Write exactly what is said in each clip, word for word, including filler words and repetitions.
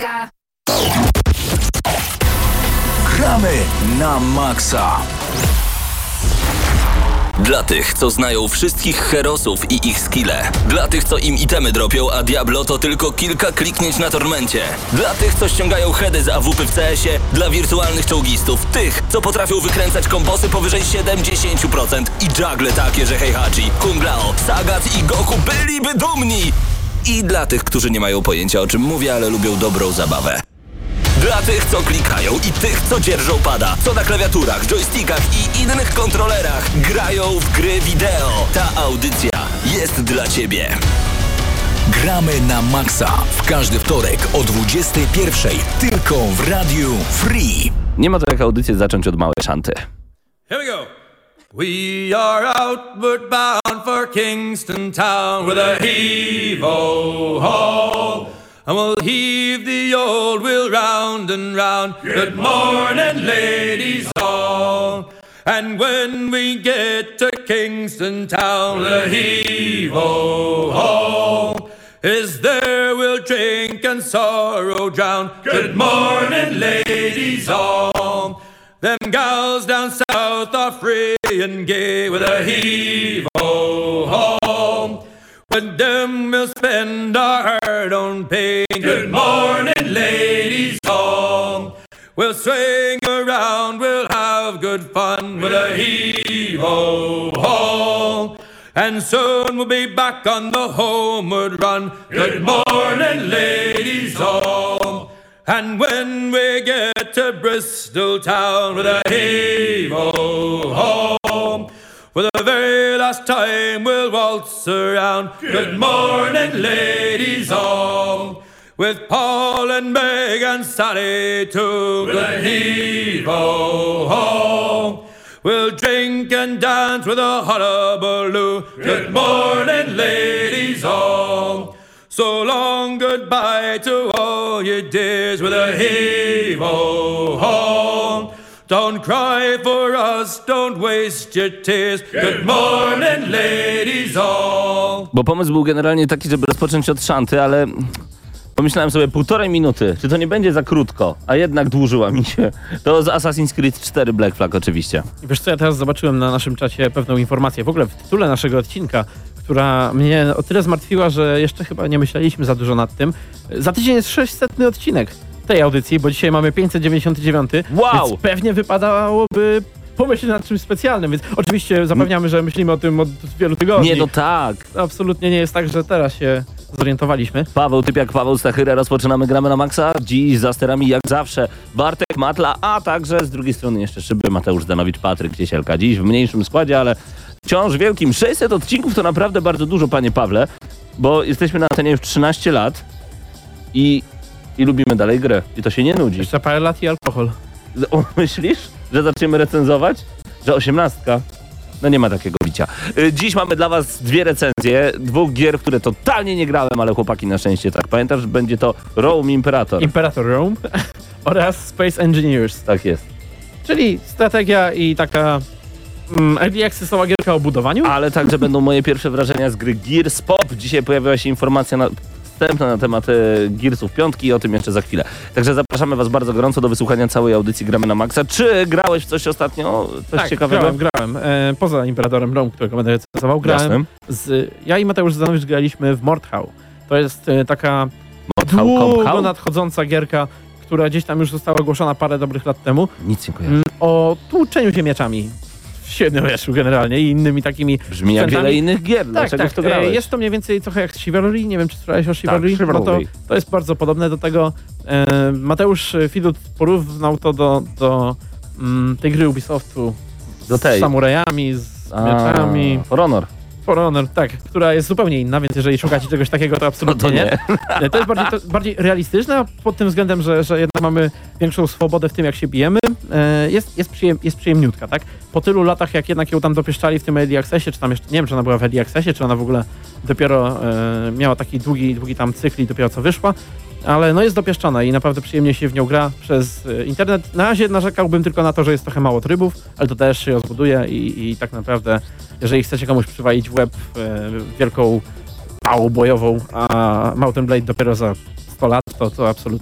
Muzyka. Gramy na maksa. Dla tych, co znają wszystkich herosów i ich skille. Dla tych, co im itemy dropią, a Diablo to tylko kilka kliknięć na tormencie. Dla tych, co ściągają heady z A W P w C S ie. Dla wirtualnych czołgistów. Tych, co potrafią wykręcać kombosy powyżej siedemdziesiąt procent. I juggle takie, że Heihachi, Kung Lao, Sagat i Goku byliby dumni. I dla tych, którzy nie mają pojęcia, o czym mówię, ale lubią dobrą zabawę. Dla tych, co klikają i tych, co dzierżą pada, co na klawiaturach, joystickach i innych kontrolerach grają w gry wideo. Ta audycja jest dla Ciebie. Gramy na maksa w każdy wtorek o dwudziestej pierwszej tylko w Radiu Free. Nie ma to jak audycję zacząć od małej szanty. Here we go. We are outward bound for Kingston Town with a heave-ho-ho. And we'll heave the old wheel round and round. Good morning, ladies all. And when we get to Kingston Town, the heave-ho-ho is there we'll drink and sorrow drown. Good morning, ladies all. Them gals down south are free and gay with a heave-ho-ho. With them we'll spend our hard-earned pay. Good morning, ladies all. We'll swing around, we'll have good fun with a heave-ho-ho. And soon we'll be back on the homeward run. Good morning, ladies all. And when we get to Bristol town with a heave-ho-ho, for the very last time we'll waltz around. Good morning, ladies all. With Paul and Meg and Sally too. With a heave-ho-ho. We'll drink and dance with a hullabaloo. Good morning, ladies all. So long goodbye to all your dears with a heave-ho-ho. Don't cry for us, don't waste your tears. Good morning, ladies all. Bo pomysł był generalnie taki, żeby rozpocząć od szanty, ale pomyślałem sobie półtorej minuty, czy to nie będzie za krótko, a jednak dłużyła mi się. To z Assassin's Creed cztery Black Flag oczywiście. I wiesz co, ja teraz zobaczyłem na naszym czacie pewną informację, w ogóle w tytule naszego odcinka, która mnie o tyle zmartwiła, że jeszcze chyba nie myśleliśmy za dużo nad tym. Za tydzień jest sześćsetny odcinek tej audycji, bo dzisiaj mamy pięćset dziewięćdziesiąty dziewiąty, wow. Więc pewnie wypadałoby pomyśleć nad czymś specjalnym, więc oczywiście zapewniamy, że myślimy o tym od wielu tygodni. Nie, no tak. Absolutnie nie jest tak, że teraz się zorientowaliśmy. Paweł, typ jak Paweł Stachyra, rozpoczynamy Gramy na maksa. Dziś za sterami jak zawsze Bartek Matla, a także z drugiej strony jeszcze szyby Mateusz Zdanowicz, Patryk Ciesielka. Dziś w mniejszym składzie, ale wciąż wielkim. sześćset odcinków to naprawdę bardzo dużo, panie Pawle, bo jesteśmy na antenie już trzynaście lat i, i lubimy dalej grę. I to się nie nudzi. Jeszcze parę lat i alkohol. O, myślisz, że zaczniemy recenzować? Że osiemnastka? No nie ma takiego bicia. Dziś mamy dla was dwie recenzje, dwóch gier, które totalnie nie grałem, ale chłopaki na szczęście tak. Pamiętasz, że będzie to Rome Imperator. Imperator Rome oraz Space Engineers. Tak jest. Czyli strategia i taka mm, early accessowa gierka o budowaniu. Ale także będą moje pierwsze wrażenia z gry Gears Pop. Dzisiaj pojawiła się informacja na... wstępna na temat e, Gearsów piątki i o tym jeszcze za chwilę. Także zapraszamy was bardzo gorąco do wysłuchania całej audycji Gramy na maksa. Czy grałeś w coś ostatnio? Coś tak, ciekawego? grałem, grałem. E, poza Imperatorem Rome, którego będę recenzował, grałem z, ja i Mateusz Zdanowicz graliśmy w Mordhau. To jest e, taka Mordhau, długo Komphau? nadchodząca gierka, która gdzieś tam już została ogłoszona parę dobrych lat temu. Nic nie kojarzę. m, O tłuczeniu ziemniaczami w średniowieczu generalnie i innymi takimi Brzmi jak sprzętami. wiele innych gier. Tak, Dlaczego tak. w to grałeś? E, Jest to mniej więcej trochę jak Chivalry. Nie wiem, czy słyszałeś o Chivalry. Tak, Chivalry. No to, to jest bardzo podobne do tego. E, Mateusz Filut porównał to do, do mm, tej gry Ubisoftu Do tej. z samurajami, z A, mieczami. For Honor. For Honor, tak, która jest zupełnie inna, więc jeżeli szukacie czegoś takiego, to absolutnie No to nie. nie. To jest bardziej, to bardziej realistyczne pod tym względem, że, że jednak mamy większą swobodę w tym, jak się bijemy. E, jest, jest, przyjem, jest przyjemniutka, tak? Po tylu latach, jak jednak ją tam dopieszczali w tym Early Accessie, czy tam jeszcze, nie wiem, czy ona była w Early Accessie, czy ona w ogóle dopiero e, miała taki długi, długi tam cykl i dopiero co wyszła, ale no jest dopieszczona i naprawdę przyjemnie się w nią gra przez e, internet. Na razie narzekałbym tylko na to, że jest trochę mało trybów, ale to też się rozbuduje i, i tak naprawdę, jeżeli chcecie komuś przywalić w łeb e, wielką pałą bojową, a Mountain Blade dopiero za sto lat, to, to absolutnie.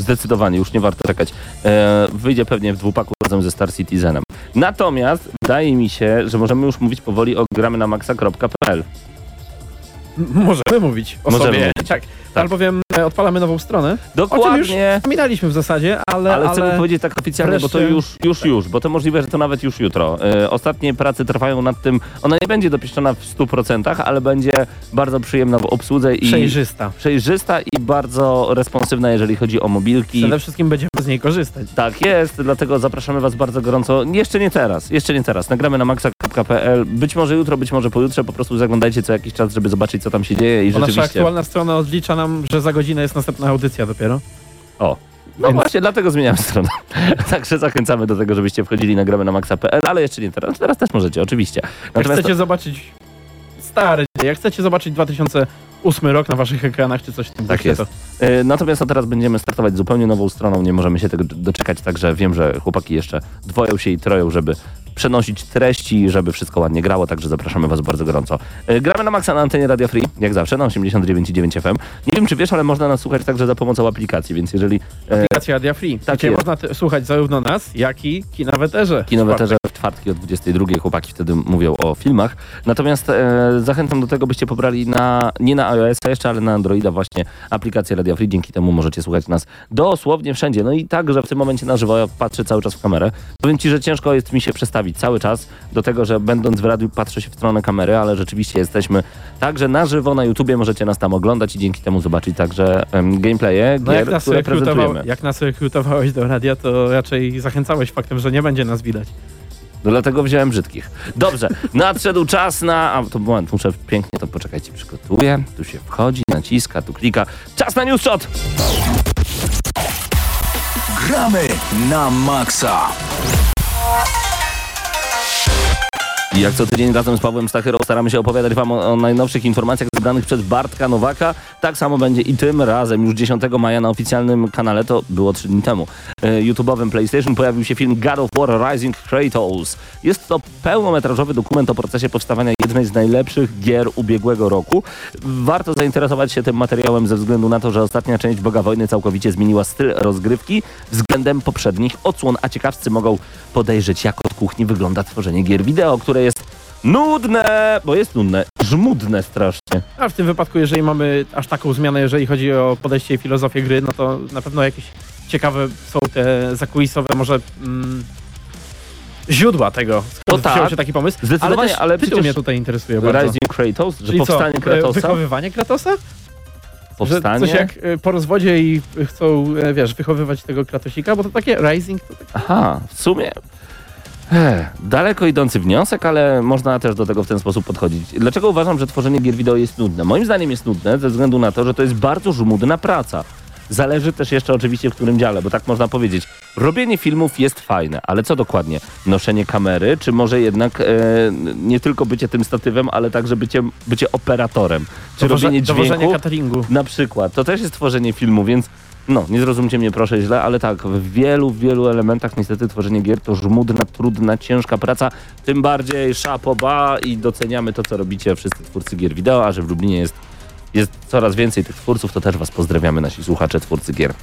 Zdecydowanie, już nie warto czekać. E, wyjdzie pewnie w dwupaku razem ze Star Citizenem. Natomiast wydaje mi się, że możemy już mówić powoli o gramy na maxa kropka p l. Możemy mówić o Możemy sobie. mówić. Tak. Tak. Albowiem e, odpalamy nową stronę. Dokładnie. O czym już wspominaliśmy w zasadzie, ale... Ale chcemy ale... powiedzieć tak oficjalnie, bo to wreszcie- już, już, już, bo to możliwe, że to nawet już jutro. E, ostatnie prace trwają nad tym, ona nie będzie dopieszczona w stu procentach, ale będzie bardzo przyjemna w obsłudze i Przejrzysta. przejrzysta i bardzo responsywna, jeżeli chodzi o mobilki. Przede wszystkim będziemy z niej korzystać. Tak jest, dlatego zapraszamy was bardzo gorąco. Jeszcze nie teraz, jeszcze nie teraz. Nagramy na maxa kropka p l. Być może jutro, być może pojutrze. Po prostu zaglądajcie co jakiś czas, żeby zobaczyć, co tam się dzieje i Bo nasza rzeczywiście... aktualna strona odlicza nam, że za godzinę jest następna audycja dopiero. O. No Więc- właśnie, dlatego zmieniam stronę. Także zachęcamy do tego, żebyście wchodzili na gramy na maxa kropka p l, ale jeszcze nie teraz. Teraz też możecie, oczywiście. Jak Natomiast chcecie zobaczyć stare, jak chcecie zobaczyć dwa tysiące ósmy rok na waszych ekranach, czy coś w tym Tak duchu, jest. to E, Natomiast no teraz będziemy startować zupełnie nową stroną, nie możemy się tego doczekać, także wiem, że chłopaki jeszcze dwoją się i troją, żeby przenosić treści, żeby wszystko ładnie grało, także zapraszamy was bardzo gorąco. E, Gramy na maksa na antenie Radia Free, jak zawsze, na osiemdziesiąt dziewięć i dziewięć F M. Nie wiem, czy wiesz, ale można nas słuchać także za pomocą aplikacji, więc jeżeli e, aplikacja Radia Free. tak Gdzie jest. można te, słuchać zarówno nas, jak i Kina w Eterze. Kino w Eterze w czwartki o dwudziestej drugiej, chłopaki wtedy mówią o filmach. Natomiast e, zachęcam do tego, byście pobrali na, nie na iOS-a jeszcze, ale na Androida właśnie aplikację Radia Free. Dzięki temu możecie słuchać nas dosłownie wszędzie. No i także w tym momencie na żywo ja patrzę cały czas w kamerę. Powiem ci, że ciężko jest mi się przestawić cały czas do tego, że będąc w radiu patrzę się w stronę kamery, ale rzeczywiście jesteśmy także na żywo na YouTubie, możecie nas tam oglądać i dzięki temu zobaczyć także um, gameplaye No jak gier, nas, które rekrutował, prezentujemy. jak nas rekrutowałeś do radia, to raczej zachęcałeś faktem, że nie będzie nas widać. No dlatego wziąłem brzydkich. Dobrze, nadszedł czas na... A, to moment, muszę pięknie to poczekajcie, przygotuję. Tu się wchodzi, naciska, tu klika. Czas na news shot! Gramy na maksa. I jak co tydzień razem z Pawłem Stachyrą staramy się opowiadać wam o, o najnowszych informacjach zebranych przez Bartka Nowaka. Tak samo będzie i tym razem. Już dziesiątego maja na oficjalnym kanale, to było trzy dni temu, e, YouTube'owym PlayStation pojawił się film God of War Rising Kratos. Jest to pełnometrażowy dokument o procesie powstawania jednej z najlepszych gier ubiegłego roku. Warto zainteresować się tym materiałem ze względu na to, że ostatnia część Boga Wojny całkowicie zmieniła styl rozgrywki względem poprzednich odsłon, a ciekawscy mogą podejrzeć, jak od kuchni wygląda tworzenie gier wideo, które jest nudne, bo jest nudne, żmudne strasznie. A w tym wypadku, jeżeli mamy aż taką zmianę, jeżeli chodzi o podejście i filozofię gry, no to na pewno jakieś ciekawe są te zakulisowe może mm, źródła tego, skąd To wziął tak, się taki pomysł. zdecydowanie, ale, też ale tytuł przecież mnie tutaj interesuje bardzo. Rising Kratos, że Czyli powstanie co, Kratosa, wychowywanie Kratosa? powstanie... Że coś jak y, po rozwodzie i y, chcą, y, wiesz, wychowywać tego Kratosika, bo to takie Rising, to takie... Aha, w sumie ech, daleko idący wniosek, ale można też do tego w ten sposób podchodzić. Dlaczego uważam, że tworzenie gier wideo jest nudne? Moim zdaniem jest nudne ze względu na to, że to jest bardzo żmudna praca. Zależy też jeszcze oczywiście w którym dziale, bo tak można powiedzieć. Robienie filmów jest fajne, ale co dokładnie? Noszenie kamery, czy może jednak e, nie tylko bycie tym statywem, ale także bycie, bycie operatorem? Czy Dowoże, robienie dowożenie dźwięku? cateringu. Na przykład. To też jest tworzenie filmu, więc no, nie zrozumcie mnie proszę źle, ale tak, w wielu, w wielu elementach niestety tworzenie gier to żmudna, trudna, ciężka praca, tym bardziej chapeau i doceniamy to, co robicie wszyscy twórcy gier wideo, a że w Lublinie jest, jest coraz więcej tych twórców, to też was pozdrawiamy, nasi słuchacze, twórcy gier.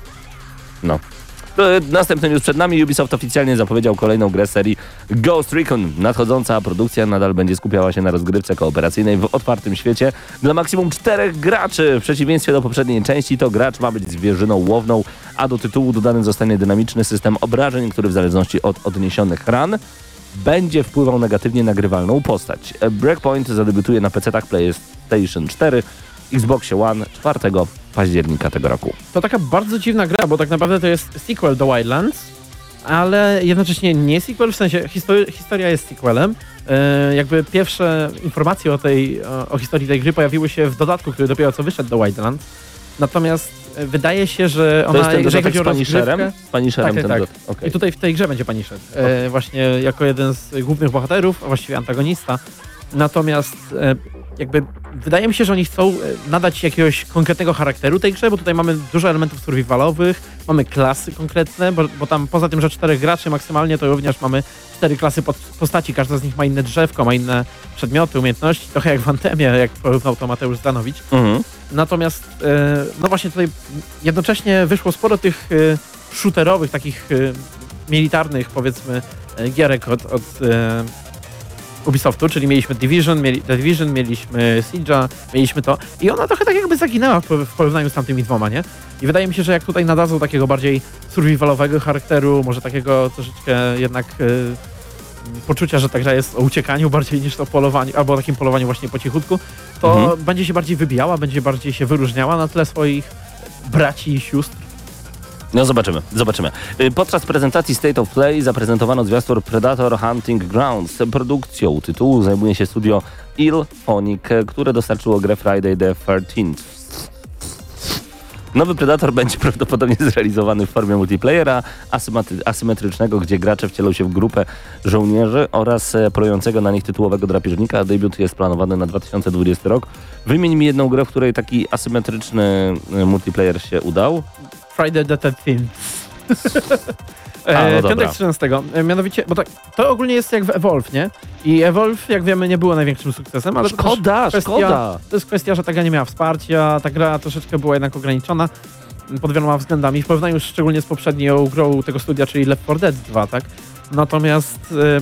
No. To następny news przed nami. Ubisoft oficjalnie zapowiedział kolejną grę z serii Ghost Recon. Nadchodząca produkcja nadal będzie skupiała się na rozgrywce kooperacyjnej w otwartym świecie dla maksimum czterech graczy. W przeciwieństwie do poprzedniej części to gracz ma być zwierzyną łowną, a do tytułu dodany zostanie dynamiczny system obrażeń, który w zależności od odniesionych ran będzie wpływał negatywnie na grywalną postać. Breakpoint zadebiutuje na pecetach PlayStation cztery, Xboxie One czwartego października tego roku. To taka bardzo dziwna gra, bo tak naprawdę to jest sequel do Wildlands, ale jednocześnie nie sequel, w sensie histori- historia jest sequelem. E, jakby pierwsze informacje o tej, o, o historii tej gry pojawiły się w dodatku, który dopiero co wyszedł do Wildlands. Natomiast e, wydaje się, że ona, To jest ten jeżeli dodatek chodzi o z Punisherem? rozgrywkę... Z Punisherem Tak, ten tak, dodatek. tak. Okay. I tutaj w tej grze będzie Punisher. E, właśnie jako jeden z głównych bohaterów, a właściwie antagonista. Natomiast e, jakby wydaje mi się, że oni chcą nadać jakiegoś konkretnego charakteru tej grze, bo tutaj mamy dużo elementów survivalowych, mamy klasy konkretne, bo, bo tam poza tym, że czterech graczy maksymalnie, to również mamy cztery klasy pod, postaci, każda z nich ma inne drzewko, ma inne przedmioty, umiejętności, trochę jak w Antemie, jak porównał to Mateusz Zdanowicz. Mhm. Natomiast, e, no właśnie tutaj jednocześnie wyszło sporo tych e, shooterowych, takich e, militarnych, powiedzmy, e, gierek od, od e, Ubisoftu, czyli mieliśmy Division, mieli, The Division, mieliśmy Siege'a, mieliśmy to i ona trochę tak jakby zaginęła w, w porównaniu z tamtymi dwoma, nie? I wydaje mi się, że jak tutaj nadadzą takiego bardziej survivalowego charakteru, może takiego troszeczkę jednak y, poczucia, że ta gra jest o uciekaniu bardziej niż o polowaniu, albo o takim polowaniu właśnie po cichutku, to mhm. będzie się bardziej wybijała, będzie bardziej się wyróżniała na tle swoich braci i sióstr. No zobaczymy, zobaczymy. Podczas prezentacji State of Play zaprezentowano zwiastun Predator Hunting Grounds. Produkcją tytułu zajmuje się studio IllFonic, które dostarczyło grę Friday the thirteenth. Nowy Predator będzie prawdopodobnie zrealizowany w formie multiplayera asymetry- asymetrycznego, gdzie gracze wcielą się w grupę żołnierzy oraz polującego na nich tytułowego drapieżnika. Debiut jest planowany na dwa tysiące dwudziesty rok. Wymień mi jedną grę, w której taki asymetryczny multiplayer się udał. Friday the thirteenth. A, no Piątek trzynastego. Mianowicie, bo tak, to ogólnie jest jak w Evolve, nie? I Evolve, jak wiemy, nie było największym sukcesem, ale szkoda, to kwestia, szkoda. To jest kwestia, że ta gra nie miała wsparcia, ta gra troszeczkę była jednak ograniczona pod wieloma względami, w porównaniu szczególnie z poprzednią grą tego studia, czyli Left four Dead dwa, tak? Natomiast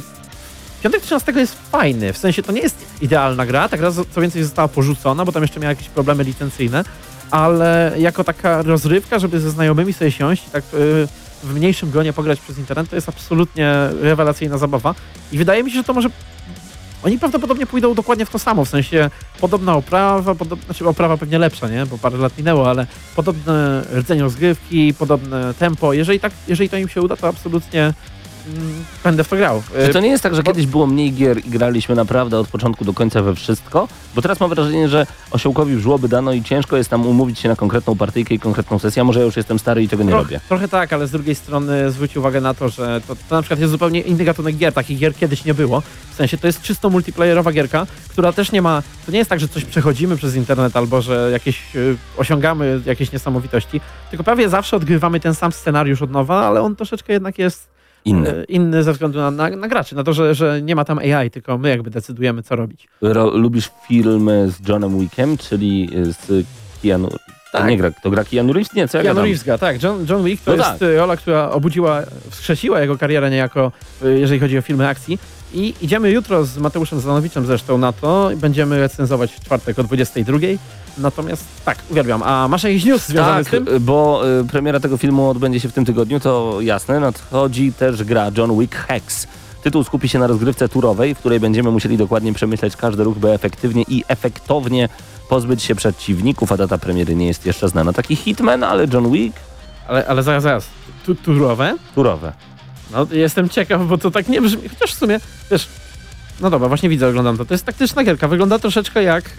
e, Piątek trzynastego jest fajny, w sensie to nie jest idealna gra, ta gra co więcej została porzucona, bo tam jeszcze miała jakieś problemy licencyjne, ale jako taka rozrywka, żeby ze znajomymi sobie siąść i tak yy, w mniejszym gronie pograć przez internet, to jest absolutnie rewelacyjna zabawa i wydaje mi się, że to może... Oni prawdopodobnie pójdą dokładnie w to samo, w sensie podobna oprawa, podob... znaczy oprawa pewnie lepsza, nie? Bo parę lat minęło, ale podobne rdzenie rozgrywki, podobne tempo. Jeżeli tak, jeżeli to im się uda, to absolutnie mm, będę w to grał. Czy to nie jest tak, że kiedyś było mniej gier i graliśmy naprawdę od początku do końca we wszystko? Bo teraz mam wrażenie, że osiołkowi w żłoby dano i ciężko jest nam umówić się na konkretną partyjkę i konkretną sesję, a może ja już jestem stary i tego nie Troch, robię. Trochę tak, ale z drugiej strony zwróć uwagę na to, że to, to na przykład jest zupełnie inny gatunek gier. Takich gier kiedyś nie było. W sensie to jest czysto multiplayerowa gierka, która też nie ma... To nie jest tak, że coś przechodzimy przez internet albo że jakieś y, osiągamy jakieś niesamowitości, tylko prawie zawsze odgrywamy ten sam scenariusz od nowa, ale on troszeczkę jednak jest Inny. inny ze względu na, na, na graczy, na to, że, że nie ma tam A I, tylko my jakby decydujemy, co robić. Ro, lubisz filmy z Johnem Wickiem, czyli z Keanu... Tak. To nie gra, to gra Keanu Reeves? Nie, co ja Keanu gadam? Reeves gra, tak. John, John Wick to No jest tak. rola, która obudziła, wskrzesiła jego karierę niejako, jeżeli chodzi o filmy akcji. I idziemy jutro z Mateuszem Zanowiczem zresztą na to i będziemy recenzować w czwartek o dwudziestej drugiej. Natomiast tak, uwielbiam. A masz jakiś news związany Tak, z tym? bo y, premiera tego filmu odbędzie się w tym tygodniu, to jasne. Nadchodzi też gra John Wick Hex. Tytuł skupi się na rozgrywce turowej, w której będziemy musieli dokładnie przemyśleć każdy ruch, by efektywnie i efektownie pozbyć się przeciwników, a data premiery nie jest jeszcze znana. Taki Hitman, ale John Wick? Ale, ale zaraz, zaraz. Tu, turowe? Turowe. No jestem ciekaw, bo to tak nie brzmi. Chociaż w sumie, wiesz... No dobra, właśnie widzę, oglądam to. To jest taktyczna gierka. Wygląda troszeczkę jak... Yy,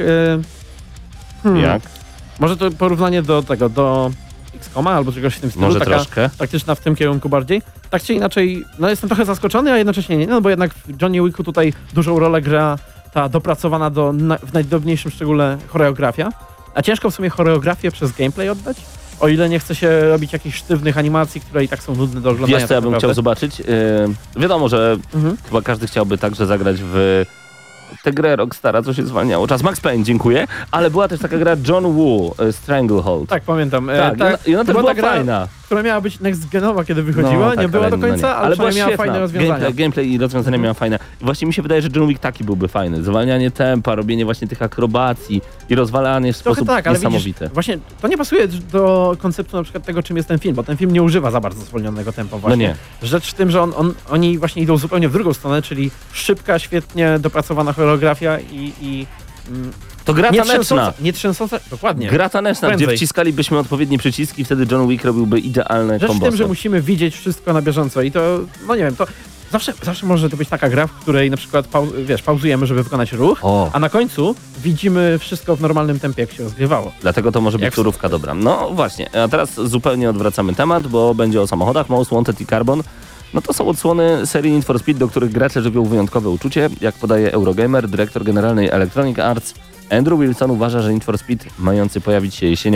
hmm, Jak? Może to porównanie do tego, do X COMa albo czegoś w tym stylu. Może taka troszkę. taktyczna w tym kierunku bardziej. Tak czy inaczej, no jestem trochę zaskoczony, a jednocześnie nie, no bo jednak w Johnny Wicku tutaj dużą rolę gra ta dopracowana do na, w najdrobniejszym szczególe choreografia. A ciężko w sumie choreografię przez gameplay oddać? O ile nie chce się robić jakichś sztywnych animacji, które i tak są nudne do oglądania. Wiesz co ja bym tak chciał naprawdę. zobaczyć? Yy, wiadomo, że Mhm. chyba każdy chciałby także zagrać w tę grę Rockstara, co się zwalniało. Czas Max Payne, dziękuję. Ale była też taka gra John Woo, y, Stranglehold. Tak, pamiętam. E, Tak, i ona, i ona to też była ta gra, fajna. która miała być next genowa, kiedy wychodziła. No, nie tak, była ale do no końca, nie. ale, ale była przynajmniej miała świetna. fajne rozwiązania. Gameplay, gameplay i rozwiązania Mhm. miała fajne. I właśnie mi się wydaje, że John Wick taki byłby fajny. Zwalnianie tempa, robienie właśnie tych akrobacji i rozwalanie w Trochę sposób tak, ale niesamowity. widzisz, właśnie to nie pasuje do konceptu na przykład tego, czym jest ten film, bo ten film nie używa za bardzo zwolnionego tempa właśnie. No nie. Rzecz w tym, że on, on, oni właśnie idą zupełnie w drugą stronę, czyli szybka, świetnie dopracowana choreografia i, i mm, To gra nie taneczna. trzęsąca, nie trzęsąca, dokładnie. Gra taneczna, gdzie Prędzej. wciskalibyśmy odpowiednie przyciski, wtedy John Wick robiłby idealne Rzecz w kombosy. tym, że musimy widzieć wszystko na bieżąco i to, no nie wiem, to zawsze, zawsze może to być taka gra, w której na przykład pau, wiesz, pauzujemy, żeby wykonać ruch, O. a na końcu widzimy wszystko w normalnym tempie, jak się rozgrywało. Dlatego to może być Jak w- turówka dobra. No właśnie, a teraz zupełnie odwracamy temat, bo będzie o samochodach. Most Wanted i Carbon. No to są odsłony serii Need for Speed, do których gracze żywią wyjątkowe uczucie. Jak podaje Eurogamer, dyrektor generalnej Electronic Arts Andrew Wilson uważa, że Need for Speed, mający pojawić się jesienią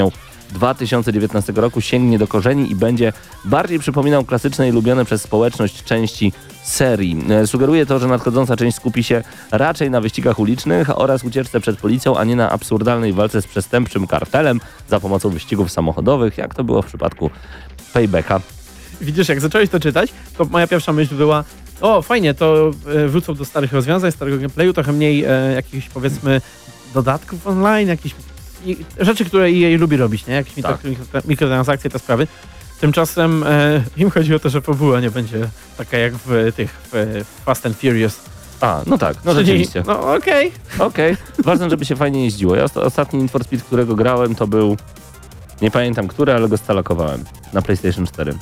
dwa tysiące dziewiętnastego roku sięgnie do korzeni i będzie bardziej przypominał klasyczne i lubione przez społeczność części serii. Sugeruje to, że nadchodząca część skupi się raczej na wyścigach ulicznych oraz ucieczce przed policją, a nie na absurdalnej walce z przestępczym kartelem za pomocą wyścigów samochodowych, jak to było w przypadku Paybacka. Widzisz, jak zacząłeś to czytać, to moja pierwsza myśl była: o, fajnie, to e, wrócą do starych rozwiązań, starego gameplayu, trochę mniej e, jakichś, powiedzmy, dodatków online, jakieś i, rzeczy, które E A lubi robić, nie? Jakieś Tak. mikro, mikrotransakcje, te sprawy. Tymczasem e, im chodzi o to, że fabuła nie będzie taka jak w tych w Fast and Furious. A, no tak, no Czyli, rzeczywiście. no okej. Okej, ważne, żeby się fajnie jeździło. Ja osta- ostatni Need for Speed, którego grałem, to był, nie pamiętam który, ale go stalakowałem na PlayStation cztery.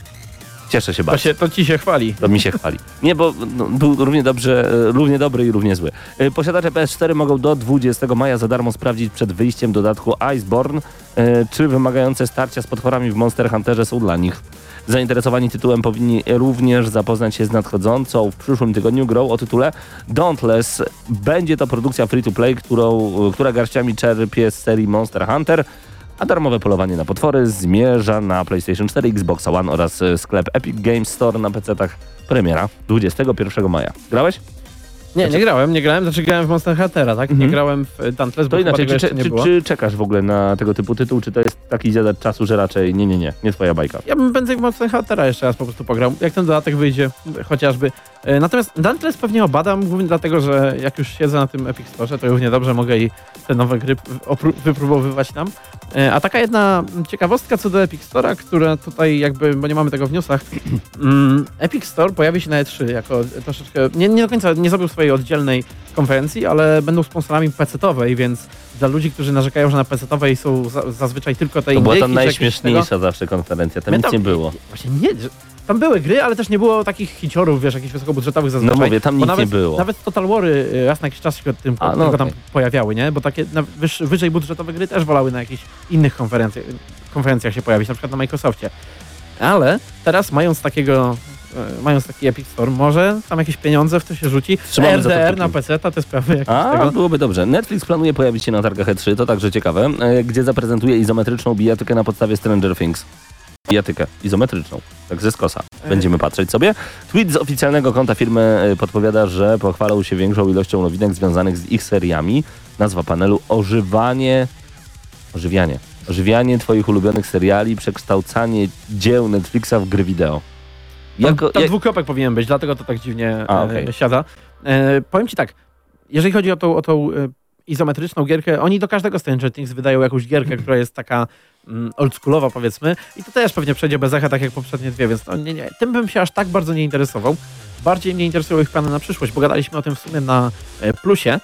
Cieszę się To, bardzo. się, to ci się chwali. To mi się chwali. Nie, bo no, był równie, dobrze, e, równie dobry i równie zły. E, Posiadacze P S cztery mogą do dwudziestego maja za darmo sprawdzić przed wyjściem dodatku Iceborne, e, czy wymagające starcia z potworami w Monster Hunterze są dla nich. Zainteresowani tytułem powinni również zapoznać się z nadchodzącą w przyszłym tygodniu grą o tytule Dauntless. Będzie to produkcja free-to-play, którą, która garściami czerpie z serii Monster Hunter, a darmowe polowanie na potwory zmierza na PlayStation cztery, Xbox One oraz e, sklep Epic Games Store na pecetach. Premiera dwudziestego pierwszego maja. Grałeś? Nie, nie grałem, nie grałem, znaczy grałem w Monster Huntera, tak? Nie Mhm. grałem w Dauntless, bo To chyba inaczej, tego czy, jeszcze nie czy, było. czy czekasz w ogóle na tego typu tytuł, czy to jest taki zjadacz czasu, że raczej nie, nie, nie, nie twoja bajka? Ja bym prędzej w Monster Huntera jeszcze raz po prostu pograł, jak ten dodatek wyjdzie, chociażby. E, Natomiast Dauntless pewnie obadam, głównie dlatego, że jak już siedzę na tym Epic Store, to równie dobrze mogę i te nowe gry opró- wypróbowywać tam. E, A taka jedna ciekawostka co do Epic Store'a, która tutaj jakby, bo nie mamy tego w newsach, mm, Epic Store pojawi się na E trzy jako troszeczkę, nie, nie do końca, nie zrobił swojej oddzielnej konferencji, ale będą sponsorami pecetowej, więc dla ludzi, którzy narzekają, że na pecetowej są za, zazwyczaj tylko te To była ta indyki, czy jakieś najśmieszniejsza tego- zawsze konferencja, tam My nic tam- nie było. Właśnie nie, że- tam były gry, ale też nie było takich hiciorów, wiesz, jakichś wysokobudżetowych zazwyczaj. No mówię, tam Bo nic nawet, nie było. Nawet Total Wary y, raz na jakiś czas się tym, A, no tylko tam okej. pojawiały, nie? Bo takie na wyż, wyżej budżetowe gry też wolały na jakichś innych konferencjach, konferencjach się pojawić, na przykład na Microsoftie. Ale teraz mając takiego, y, mając taki Epic Store, może tam jakieś pieniądze w to się rzuci. Trzymamy za to R D R kciuki. na P C, te sprawy jakieś A, tego. byłoby dobrze. Netflix planuje pojawić się na targach E trzy, to także ciekawe, e, gdzie zaprezentuje izometryczną bijatykę na podstawie Stranger Things. Bijatykę izometryczną, tak ze skosa. Będziemy patrzeć sobie. Tweet z oficjalnego konta firmy e, podpowiada, że pochwalą się większą ilością nowinek związanych z ich seriami. Nazwa panelu: Ożywanie... Ożywianie. Ożywianie twoich ulubionych seriali, przekształcanie dzieł Netflixa w gry wideo. Jako, tam jak- dwukropek powinien być, dlatego to tak dziwnie A, e, okej. siada. E, powiem ci tak, jeżeli chodzi o tą, o tą e, izometryczną gierkę, oni do każdego Stranger Things wydają jakąś gierkę, która jest taka mm, oldschoolowa, powiedzmy, i to też pewnie przejdzie bez echa, tak jak poprzednie dwie, więc no, nie, nie, tym bym się aż tak bardzo nie interesował. Bardziej mnie interesują ich plany na przyszłość, bo gadaliśmy o tym w sumie na e, plusie.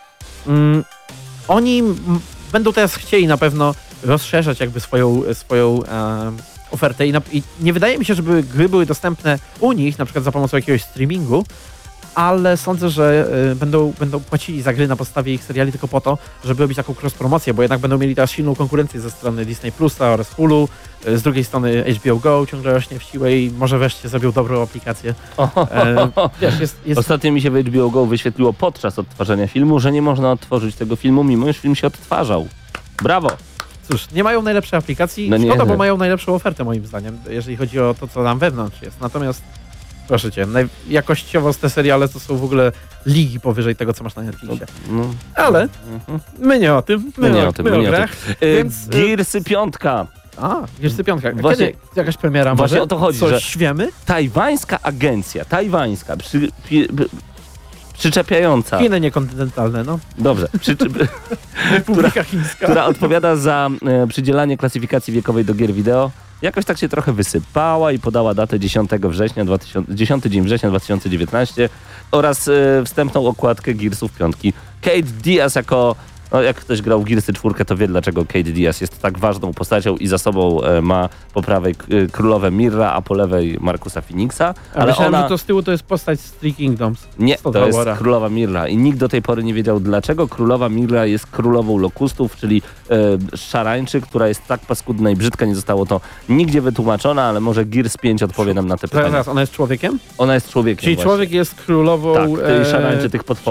Mm, oni m, będą teraz chcieli na pewno rozszerzać jakby swoją, swoją e, ofertę i, na, i nie wydaje mi się, żeby gry były dostępne u nich, na przykład za pomocą jakiegoś streamingu, ale sądzę, że y, będą, będą płacili za gry na podstawie ich seriali tylko po to, żeby robić taką cross-promocję, bo jednak będą mieli teraz silną konkurencję ze strony Disney Plusa oraz Hulu, y, z drugiej strony H B O Go ciągle rośnie w siłę i może wreszcie zrobią dobrą aplikację. E, wiesz, jest, jest, Ostatnio mi się w H B O Go wyświetliło podczas odtwarzania filmu, że nie można odtworzyć tego filmu, mimo iż film się odtwarzał. Brawo! cóż, nie mają najlepszej aplikacji, No nie, szkoda, bo nie. mają najlepszą ofertę moim zdaniem, jeżeli chodzi o to, co tam wewnątrz jest. Natomiast proszę cię, naj- jakościowo te seriale to są w ogóle ligi powyżej tego, co masz na Netflixie. No. Ale my nie o tym, my, My nie o, o tym, my my o nie o grach. tym. Więc, Yy, Gearsy piątka. A, Gearsy piątka. Właśnie- Kiedy jakaś premiera właśnie może? o to chodzi, Coś wiemy? Tajwańska agencja, tajwańska, przy, pi, p, przyczepiająca, Chiny niekontynentalne, no. dobrze, przy, Republika Chińska. która odpowiada za e, przydzielanie klasyfikacji wiekowej do gier wideo, jakoś tak się trochę wysypała i podała datę dziesiątego września, dziesiąty dzień września dwa tysiące dziewiętnastego oraz e, wstępną okładkę Gearsów piątki. Cate Diaz jako, no jak ktoś grał w Gearsy czwórkę, to wie dlaczego Cate Diaz jest tak ważną postacią i za sobą e, ma po prawej k- e, królowe Mirra, a po lewej Marcusa Phoenixa, Ale ale myślałem, ona... że to z tyłu to jest postać z Three Kingdoms. Nie, Z Total to jest War'a. królowa Mirra i nikt do tej pory nie wiedział, dlaczego królowa Mirra jest królową lokustów, czyli e, szarańczy, która jest tak paskudna i brzydka, nie zostało to nigdzie wytłumaczone, ale może Gears pięć odpowie nam na te Zaraz, pytania. zaraz, ona jest człowiekiem? Ona jest człowiekiem Czyli właśnie. człowiek jest królową... Tak, tej szarańczy, tych potworów. szarańczy-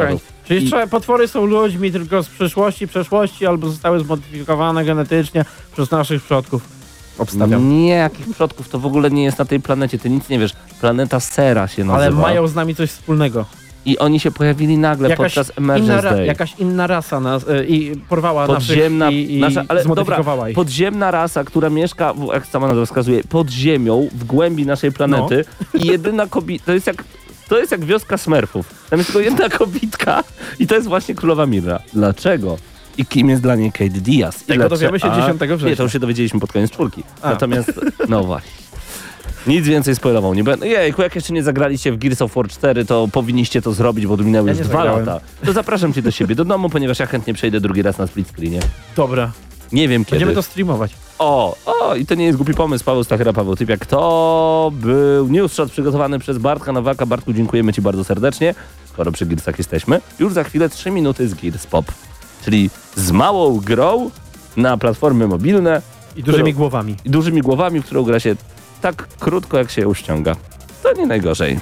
Czyli I... I... potwory są ludźmi tylko z przyszłości, przeszłości, albo zostały zmodyfikowane genetycznie przez naszych przodków. Obstawiam. Nie, jakich przodków, to w ogóle nie jest na tej planecie, ty nic nie wiesz. Planeta Sera się nazywa. Ale mają z nami coś wspólnego. I oni się pojawili nagle Jakaś podczas Emergence inna ra- Day. Jakaś inna rasa nas, y, i porwała Podziemna, naszych i, i nasza, ale zmodyfikowała dobra, ich. podziemna rasa, która mieszka, w- jak sama nazwa wskazuje, pod ziemią, w głębi naszej planety No. i jedyna kobieta, to jest jak to jest jak wioska Smurfów. Tam jest tylko jedna kobitka i to jest właśnie Królowa Mirra. Dlaczego? I kim jest dla niej Kate Diaz? Tego Ile dowiemy trze- się A, dziesiątego września. Nie, to już się dowiedzieliśmy pod koniec czwórki. A. Natomiast, no właśnie. Nic więcej spoilował nie będę. Jejku, jak jeszcze nie zagraliście w Gears of War cztery, to powinniście to zrobić, bo minęły Ja już nie dwa zagrałem. lata. To zapraszam cię do siebie, do domu, ponieważ ja chętnie przejdę drugi raz na split screenie. Dobra, Nie wiem kiedy. będziemy to streamować. O, o, i to nie jest głupi pomysł. Paweł Stachera, Paweł Typiak. To był newsshot przygotowany przez Bartka Nowaka. Bartku, dziękujemy ci bardzo serdecznie. Skoro przy Gearsach jesteśmy. Już za chwilę trzy minuty z Gears Pop. Czyli z małą grą na platformy mobilne. I dużymi którą- głowami. I dużymi głowami, w którą gra się tak krótko, jak się ją ściąga. To nie najgorzej.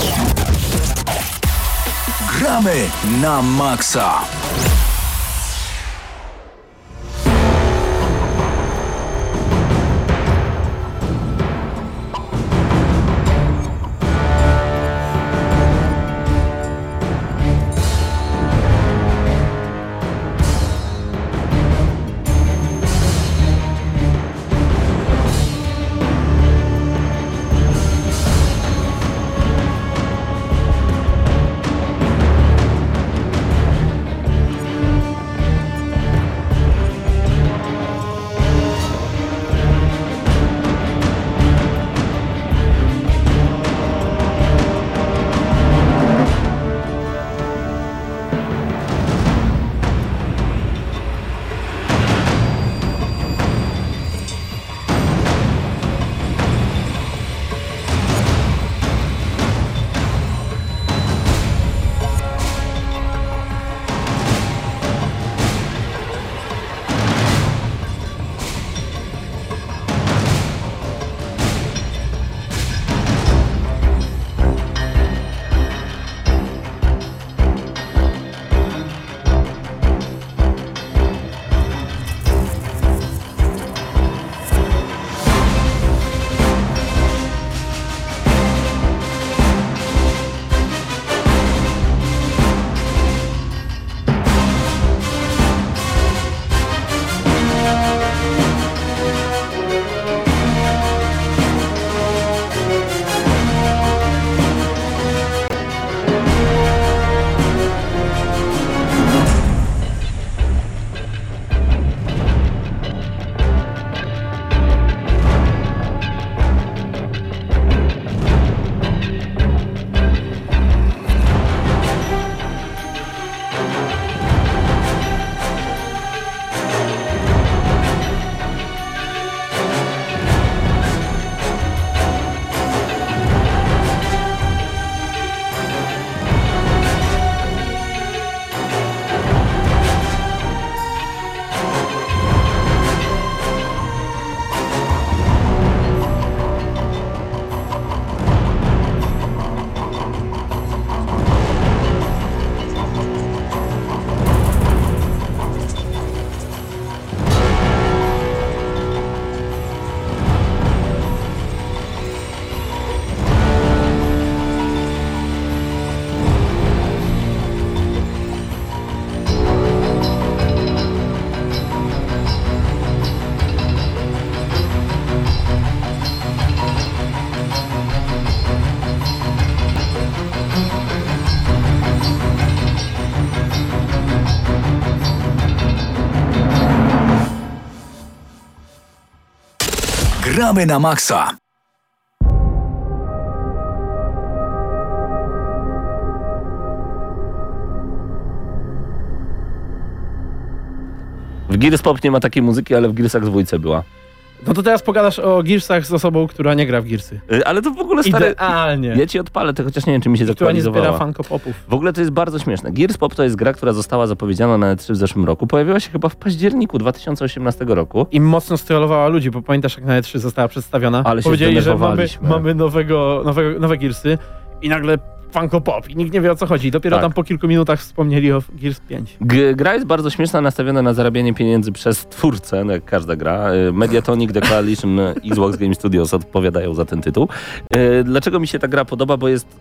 Gramy na maksa. Gramy na maksa. W Gears Pop nie ma takiej muzyki, ale w Gearsach dwójce była. No to teraz pogadasz o Gearsach z osobą, która nie gra w Gearsy. Y, Ale to w ogóle stary... Idealnie. Ja ci odpalę, to chociaż nie wiem, czy mi się Która nie zbiera zaktualizowała. Funko Popów. W ogóle to jest bardzo śmieszne. Gears Pop to jest gra, która została zapowiedziana na E trzy w zeszłym roku. Pojawiła się chyba w październiku dwa tysiące osiemnastego roku. I mocno sterowała ludzi, bo pamiętasz, jak na E trzy została przedstawiona. Ale się Powiedzieli, że mamy, zdenerwowaliśmy. mamy nowego, nowego, nowe Gearsy i nagle Funko Pop i nikt nie wie o co chodzi. Dopiero Tak. tam po kilku minutach wspomnieli o Gears pięć. G- gra jest bardzo śmieszna, nastawiona na zarabianie pieniędzy przez twórcę, no jak każda gra. Y, Mediatonic, The Coalition, y, Xbox Game Studios odpowiadają za ten tytuł. Y, Dlaczego mi się ta gra podoba? Bo jest...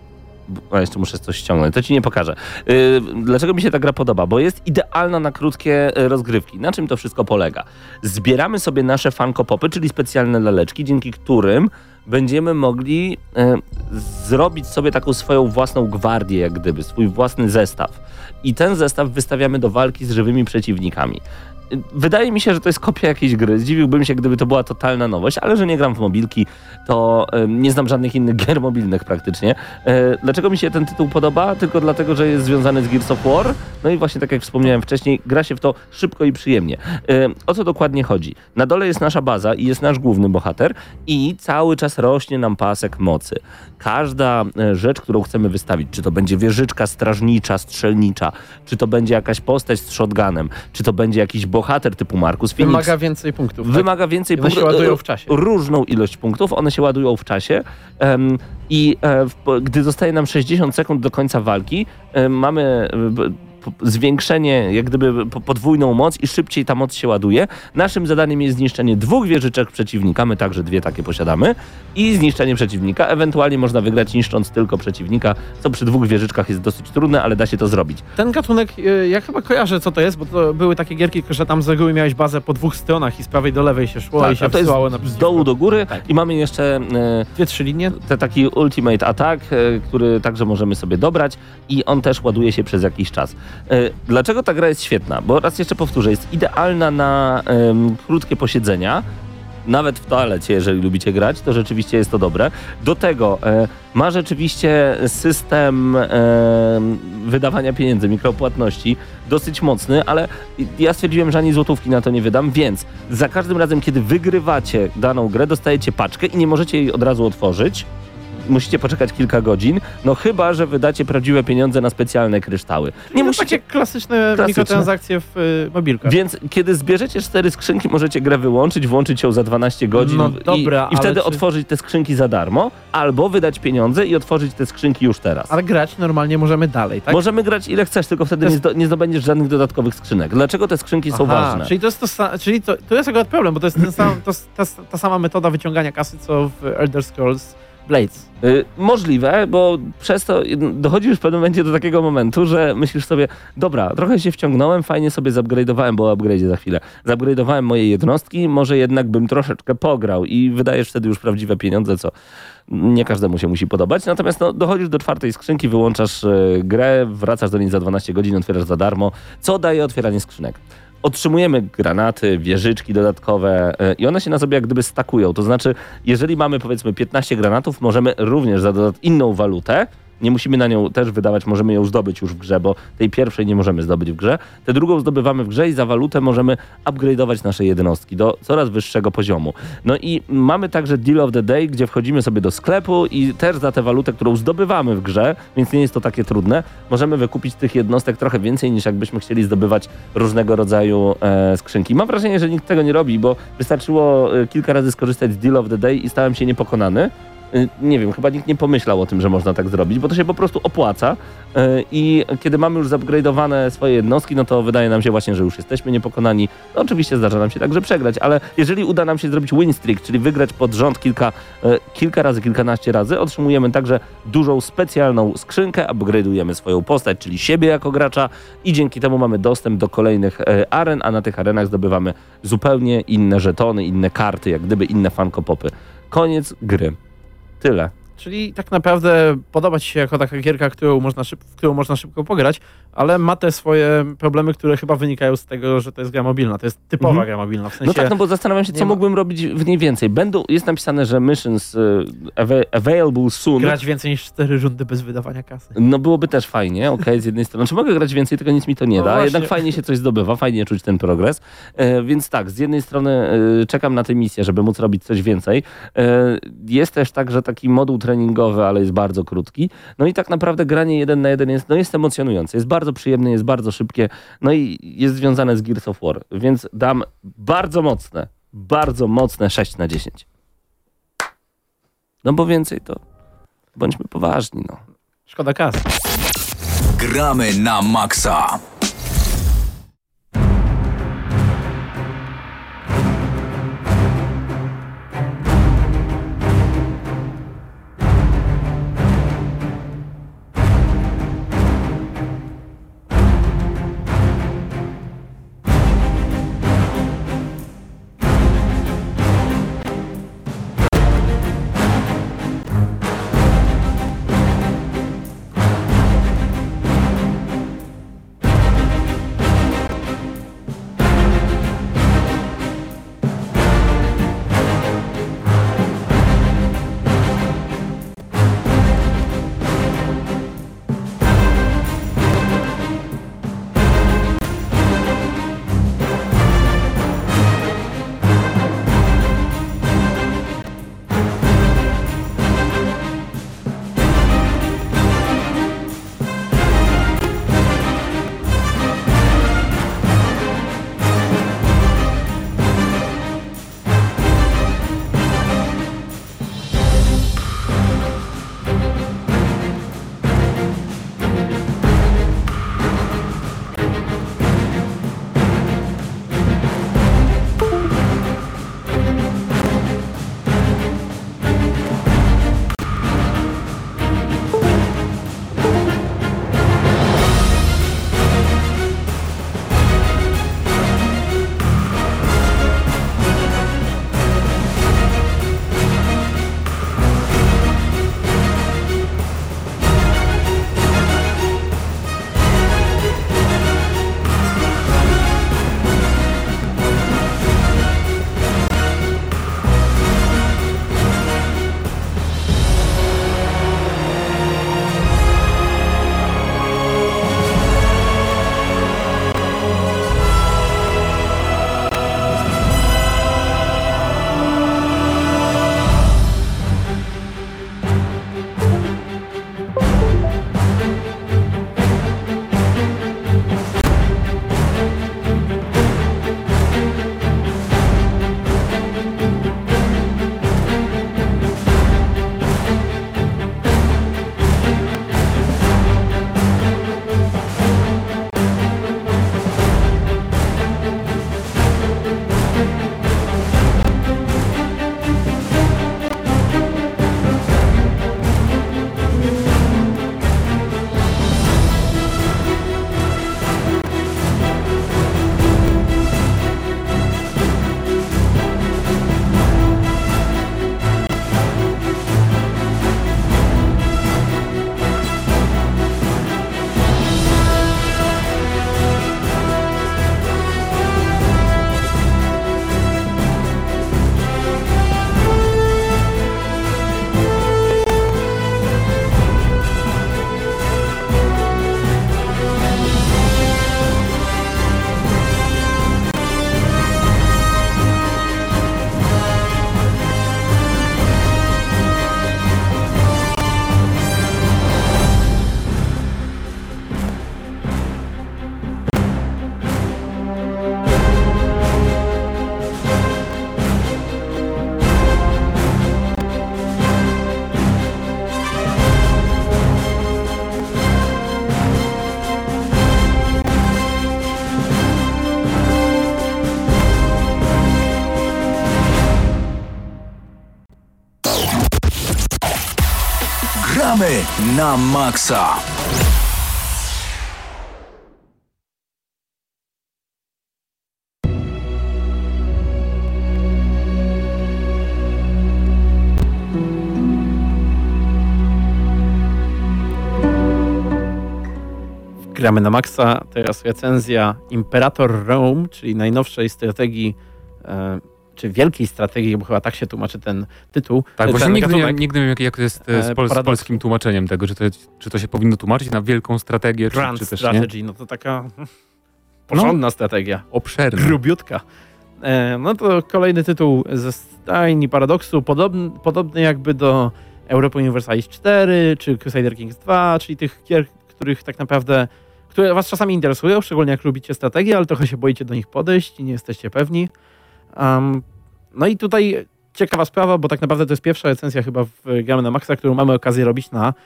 A jeszcze muszę coś ściągnąć, to ci nie pokażę. Y, Dlaczego mi się ta gra podoba? Bo jest idealna na krótkie y, rozgrywki. Na czym to wszystko polega? Zbieramy sobie nasze Funko Popy, czyli specjalne laleczki, dzięki którym będziemy mogli y, zrobić sobie taką swoją własną gwardię, jak gdyby, swój własny zestaw. I ten zestaw wystawiamy do walki z żywymi przeciwnikami. Wydaje mi się, że to jest kopia jakiejś gry. Zdziwiłbym się, gdyby to była totalna nowość, ale że nie gram w mobilki, to y, nie znam żadnych innych gier mobilnych praktycznie. Y, dlaczego mi się ten tytuł podoba? Tylko dlatego, że jest związany z Gears of War. No i właśnie tak jak wspomniałem wcześniej, gra się w to szybko i przyjemnie. Y, o co dokładnie chodzi? Na dole jest nasza baza i jest nasz główny bohater i cały czas rośnie nam pasek mocy. Każda y, rzecz, którą chcemy wystawić, czy to będzie wieżyczka strażnicza, strzelnicza, czy to będzie jakaś postać z shotgunem, czy to będzie jakiś bohater typu Marcus Phoenix. Wymaga więcej punktów. Tak? Wymaga więcej One punktów. się ładują w czasie. Różną ilość punktów, one się ładują w czasie. Um, I e, w, gdy zostaje nam sześćdziesiąt sekund do końca walki, e, mamy e, po, zwiększenie, jak gdyby po, podwójną moc i szybciej ta moc się ładuje. Naszym zadaniem jest zniszczenie dwóch wieżyczek przeciwnika, my także dwie takie posiadamy, i zniszczenie przeciwnika. Ewentualnie można wygrać niszcząc tylko przeciwnika, co przy dwóch wieżyczkach jest dosyć trudne, ale da się to zrobić. Ten gatunek, y, ja chyba kojarzę co to jest, bo to były takie gierki, że tam z reguły miałeś bazę po dwóch stronach i z prawej do lewej się szło Tak, i się a to jest wsyłało na z dołu do góry i mamy jeszcze e, dwie, trzy linie. te taki Ultimate Attack, e, który także możemy sobie dobrać i on też ładuje się przez jakiś czas. E, dlaczego ta gra jest świetna? Bo raz jeszcze powtórzę, jest idealna na em, krótkie posiedzenia. Nawet w toalecie, jeżeli lubicie grać, to rzeczywiście jest to dobre. Do tego e, ma rzeczywiście system e, wydawania pieniędzy, mikropłatności dosyć mocny, ale ja stwierdziłem, że ani złotówki na to nie wydam, więc za każdym razem, kiedy wygrywacie daną grę, dostajecie paczkę i nie możecie jej od razu otworzyć. Musicie poczekać kilka godzin, no chyba że wydacie prawdziwe pieniądze na specjalne kryształy. Nie Nie musicie... musicie... takie klasyczne, Klasyczne. mikrotransakcje w y, mobilkach. Więc kiedy zbierzecie cztery skrzynki, możecie grę wyłączyć, włączyć ją za dwanaście godzin No i, dobra, i wtedy ale czy- otworzyć te skrzynki za darmo, albo wydać pieniądze i otworzyć te skrzynki już teraz. Ale grać normalnie możemy dalej, tak? Możemy grać ile chcesz, tylko wtedy To nie, jest- zdo, nie zdobędziesz żadnych dodatkowych skrzynek. Dlaczego te skrzynki są Aha, ważne? Czyli to jest to, sa- czyli to, to jest akurat problem, bo to jest ten sam, to, ta, ta sama metoda wyciągania kasy, co w Elder Scrolls Blades. Y, możliwe, bo przez to dochodzisz w pewnym momencie do takiego momentu, że myślisz sobie, dobra, trochę się wciągnąłem, fajnie sobie zupgrade'owałem, bo o upgrade'zie za chwilę, zupgrade'owałem moje jednostki, może jednak bym troszeczkę pograł i wydajesz wtedy już prawdziwe pieniądze, co nie każdemu się musi podobać. Natomiast no, dochodzisz do czwartej skrzynki, wyłączasz y, grę, wracasz do niej za dwanaście godzin, otwierasz za darmo, co daje otwieranie skrzynek. Otrzymujemy granaty, wieżyczki dodatkowe yy, i one się na sobie jak gdyby stakują. To znaczy, jeżeli mamy powiedzmy piętnaście granatów, możemy również za dodat- inną walutę, nie musimy na nią też wydawać, możemy ją zdobyć już w grze, bo tej pierwszej nie możemy zdobyć w grze. Tę drugą zdobywamy w grze i za walutę możemy upgrade'ować nasze jednostki do coraz wyższego poziomu. No i mamy także Deal of the Day, gdzie wchodzimy sobie do sklepu i też za tę walutę, którą zdobywamy w grze, więc nie jest to takie trudne, możemy wykupić tych jednostek trochę więcej niż jakbyśmy chcieli zdobywać różnego rodzaju e, skrzynki. Mam wrażenie, że nikt tego nie robi, bo wystarczyło e, kilka razy skorzystać z Deal of the Day i stałem się niepokonany. Nie wiem, chyba nikt nie pomyślał o tym, że można tak zrobić, bo to się po prostu opłaca i kiedy mamy już zupgrade'owane swoje jednostki, no to wydaje nam się właśnie, że już jesteśmy niepokonani. No oczywiście zdarza nam się także przegrać, ale jeżeli uda nam się zrobić win streak, czyli wygrać pod rząd kilka, kilka razy, kilkanaście razy, otrzymujemy także dużą specjalną skrzynkę, upgrade'ujemy swoją postać, czyli siebie jako gracza i dzięki temu mamy dostęp do kolejnych aren, a na tych arenach zdobywamy zupełnie inne żetony, inne karty, jak gdyby inne Funko Popy. Koniec gry. Tyle. Czyli tak naprawdę podoba ci się jako taka gierka, którą można szyb- w którą można szybko pograć, ale ma te swoje problemy, które chyba wynikają z tego, że to jest gra mobilna. To jest typowa Mhm. gra mobilna. W sensie No tak, no bo zastanawiam się, co nie ma- mógłbym robić w niej więcej. Będą, jest napisane, że missions y, ava- available soon. grać więcej niż cztery rundy bez wydawania kasy. No byłoby też fajnie, okej, okay, z jednej strony. Czy mogę grać więcej, tylko nic mi to nie No da. właśnie. Jednak fajnie się coś zdobywa, fajnie czuć ten progres. E, więc tak, z jednej strony e, czekam na tę misję, żeby móc robić coś więcej. E, jest też także taki moduł treningowy, ale jest bardzo krótki. No i tak naprawdę granie jeden na jeden jest, no jest emocjonujące, jest bardzo przyjemne, jest bardzo szybkie, no i jest związane z Gears of War. Więc dam bardzo mocne, bardzo mocne sześć na dziesięć. No bo więcej to bądźmy poważni, no. Szkoda kasy. Gramy na maksa. Gramy na maksa. Gramy na maksa, teraz recenzja Imperator Rome, czyli najnowszej strategii, e, czy wielkiej strategii, bo chyba tak się tłumaczy ten tytuł. Tak, ten właśnie nigdy nie, gatunek. nigdy nie wiem, jak, jak to jest e, z, pol, z polskim tłumaczeniem tego, że to, czy to się powinno tłumaczyć na wielką strategię, czy, Grand czy też Strategy, nie. no to taka porządna no, strategia. Obszerna. Grubiutka. E, no to kolejny tytuł ze stajni Paradoksu, podobny, podobny jakby do Europa Universalis cztery, czy Crusader Kings dwa, czyli tych gier, których tak naprawdę, które was czasami interesują, szczególnie jak lubicie strategię, ale trochę się boicie do nich podejść i nie jesteście pewni. Um, no i tutaj ciekawa sprawa, bo tak naprawdę to jest pierwsza recenzja chyba w Gramy na Maxa, którą mamy okazję robić na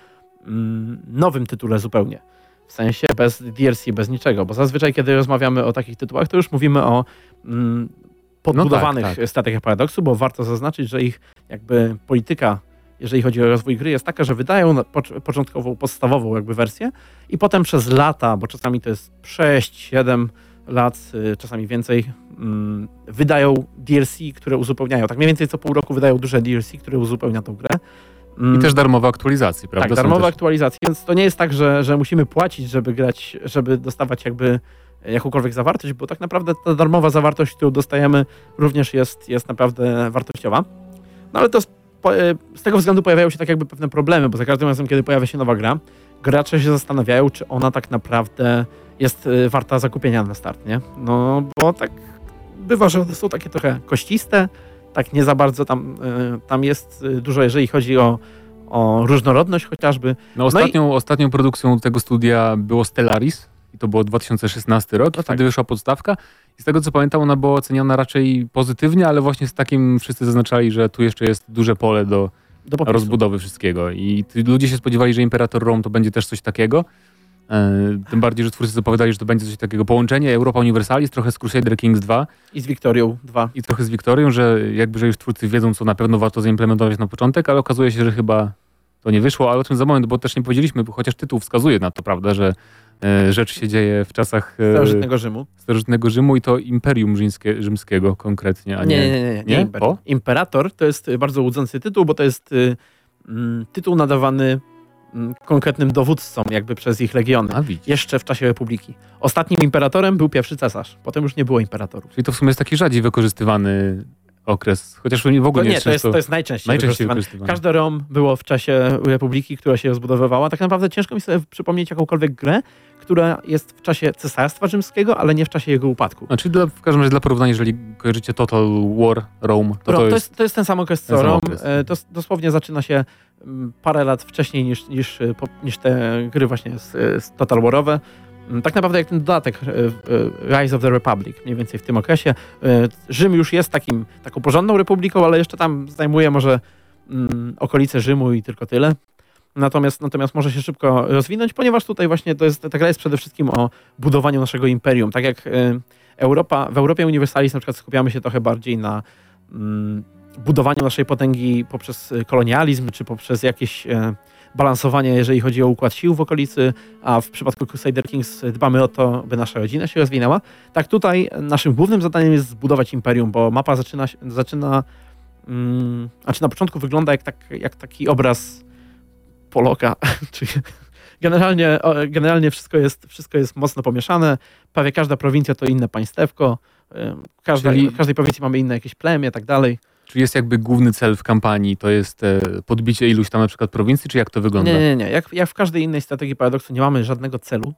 mm, nowym tytule zupełnie. W sensie bez D L C, bez niczego, bo zazwyczaj kiedy rozmawiamy o takich tytułach, to już mówimy o mm, podbudowanych no tak, tak. strategiach Paradoxu, bo warto zaznaczyć, że ich jakby polityka, jeżeli chodzi o rozwój gry, jest taka, że wydają na pocz- początkową, podstawową jakby wersję i potem przez lata, bo czasami to jest sześć siedem lat, y, czasami więcej, mm, wydają D L C, które uzupełniają. Tak mniej więcej co pół roku wydają duże D L C, które uzupełnia tą grę. I też darmowe aktualizacje, prawda? Tak, Są darmowe też... aktualizacje, więc to nie jest tak, że, że musimy płacić, żeby grać, żeby dostawać jakby jakąkolwiek zawartość, bo tak naprawdę ta darmowa zawartość, którą dostajemy, również jest, jest naprawdę wartościowa. No ale to z, z tego względu pojawiają się tak jakby pewne problemy, bo za każdym razem, kiedy pojawia się nowa gra, gracze się zastanawiają, czy ona tak naprawdę jest warta zakupienia na start, nie? No bo tak bywa, że one są takie trochę kościste, tak nie za bardzo tam, tam jest dużo, jeżeli chodzi o, o różnorodność chociażby. No ostatnią, no i... ostatnią produkcją tego studia było Stellaris i to było dwa tysiące szesnasty rok, no wtedy tak. wyszła podstawka i z tego co pamiętam ona była oceniana raczej pozytywnie, ale właśnie z takim wszyscy zaznaczali, że tu jeszcze jest duże pole do, do rozbudowy wszystkiego i ludzie się spodziewali, że Imperator Rome to będzie też coś takiego. Tym bardziej, że twórcy zapowiadali, że to będzie coś takiego połączenie Europa Universalis, trochę z Crusader Kings dwa. I z Victorią dwa. I trochę z Victorią, że jakby, że już twórcy wiedzą, co na pewno warto zaimplementować na początek, ale okazuje się, że chyba to nie wyszło, ale o tym za moment, bo też nie powiedzieliśmy, chociaż tytuł wskazuje na to, prawda, że e, rzecz się dzieje w czasach e, starożytnego Rzymu. Starożytnego Rzymu i to Imperium Rzymskie, Rzymskiego konkretnie, a nie... Nie, nie, nie. nie, nie, nie Imperator. Imperator to jest bardzo łudzący tytuł, bo to jest y, y, tytuł nadawany konkretnym dowódcom jakby przez ich legiony. A, widzisz. Jeszcze w czasie Republiki. Ostatnim imperatorem był pierwszy cesarz. Potem już nie było imperatorów. Czyli to w sumie jest taki rzadziej wykorzystywany okres, chociaż w ogóle to nie, nie jest to, jest, często... to jest najczęściej, najczęściej wykorzystywane. Każde Rome było w czasie Republiki, która się rozbudowywała. Tak naprawdę ciężko mi sobie przypomnieć jakąkolwiek grę, która jest w czasie Cesarstwa Rzymskiego, ale nie w czasie jego upadku. Znaczy dla, w każdym razie dla porównania, jeżeli kojarzycie Total War Rome, to, Rome, to, jest, to, jest, to jest ten sam okres co Rome. To dosłownie zaczyna się parę lat wcześniej niż, niż, niż te gry właśnie z, z Total Warowe. Tak naprawdę jak ten dodatek Rise of the Republic, mniej więcej w tym okresie. Rzym już jest takim, taką porządną republiką, ale jeszcze tam zajmuje może um, okolice Rzymu i tylko tyle. Natomiast, natomiast może się szybko rozwinąć, ponieważ tutaj właśnie to jest, ta gra jest przede wszystkim o budowaniu naszego imperium. Tak jak Europa, w Europie Universalis na przykład skupiamy się trochę bardziej na um, budowaniu naszej potęgi poprzez kolonializm, czy poprzez jakieś e, balansowanie, jeżeli chodzi o układ sił w okolicy, a w przypadku Crusader Kings dbamy o to, by nasza rodzina się rozwinęła. Tak tutaj naszym głównym zadaniem jest zbudować imperium, bo mapa zaczyna, zaczyna mm, znaczy na początku wygląda jak, tak, jak taki obraz Poloka, czyli generalnie, generalnie wszystko jest, wszystko jest mocno pomieszane, prawie każda prowincja to inne państewko, każda, czyli... w każdej prowincji mamy inne jakieś plemię i tak dalej. Czy jest jakby główny cel w kampanii, to jest e, podbicie iluś tam na przykład prowincji, czy jak to wygląda? Nie, nie, nie. Jak, jak w każdej innej strategii Paradoksu nie mamy żadnego celu.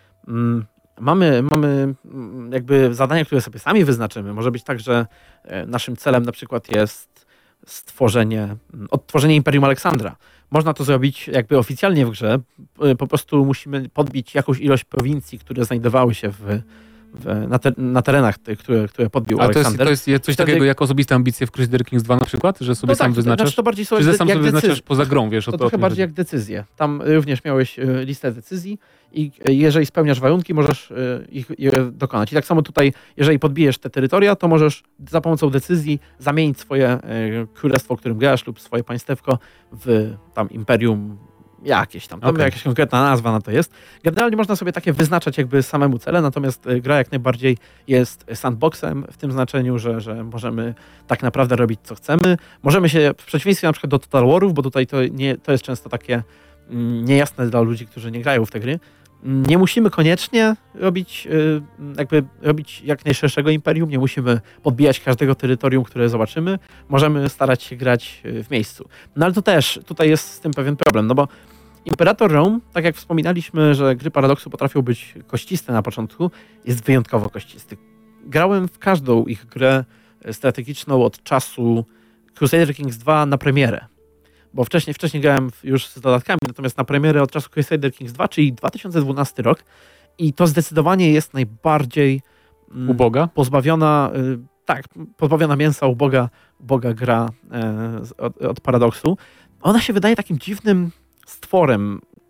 Mm, mamy, mamy jakby zadania, które sobie sami wyznaczymy. Może być tak, że naszym celem na przykład jest stworzenie, odtworzenie Imperium Aleksandra. Można to zrobić jakby oficjalnie w grze. Po prostu musimy podbić jakąś ilość prowincji, które znajdowały się w Na, te, na terenach, te, które, które podbił Ale Aleksander. To jest, to jest coś Wtedy... takiego jak osobiste ambicje w Crusader Kings dwa na przykład? Że sobie no sam tak, wyznaczasz? Znaczy to bardziej są Czy jak, sam jak sobie decyzje. wyznaczasz poza grą, wiesz? To, to trochę o bardziej chodzi. jak decyzje. Tam również miałeś listę decyzji i jeżeli spełniasz warunki, możesz ich, ich dokonać. I tak samo tutaj, jeżeli podbijesz te terytoria, to możesz za pomocą decyzji zamienić swoje królestwo, którym grasz, lub swoje państewko w tam imperium jakieś tam, tam okay. jakaś konkretna nazwa na to jest. Generalnie można sobie takie wyznaczać jakby samemu cele, natomiast gra jak najbardziej jest sandboxem w tym znaczeniu, że, że możemy tak naprawdę robić co chcemy. Możemy się, w przeciwieństwie na przykład do Total Warów, bo tutaj to, nie, to jest często takie mm, niejasne dla ludzi, którzy nie grają w te gry, nie musimy koniecznie robić jakby robić jak najszerszego imperium, nie musimy podbijać każdego terytorium, które zobaczymy. Możemy starać się grać w miejscu. No ale to też, tutaj jest z tym pewien problem, no bo Imperator Rome, tak jak wspominaliśmy, że gry Paradoksu potrafią być kościste na początku, jest wyjątkowo kościsty. Grałem w każdą ich grę strategiczną od czasu Crusader Kings dwa na premierę. Bo wcześniej, wcześniej grałem już z dodatkami, natomiast na premierę od czasu Crusader Kings dwa, czyli dwa tysiące dwunasty rok. I to zdecydowanie jest najbardziej mm, uboga? Pozbawiona, y, tak, pozbawiona mięsa, uboga, uboga gra y, od, od Paradoksu. Ona się wydaje takim dziwnym stworem,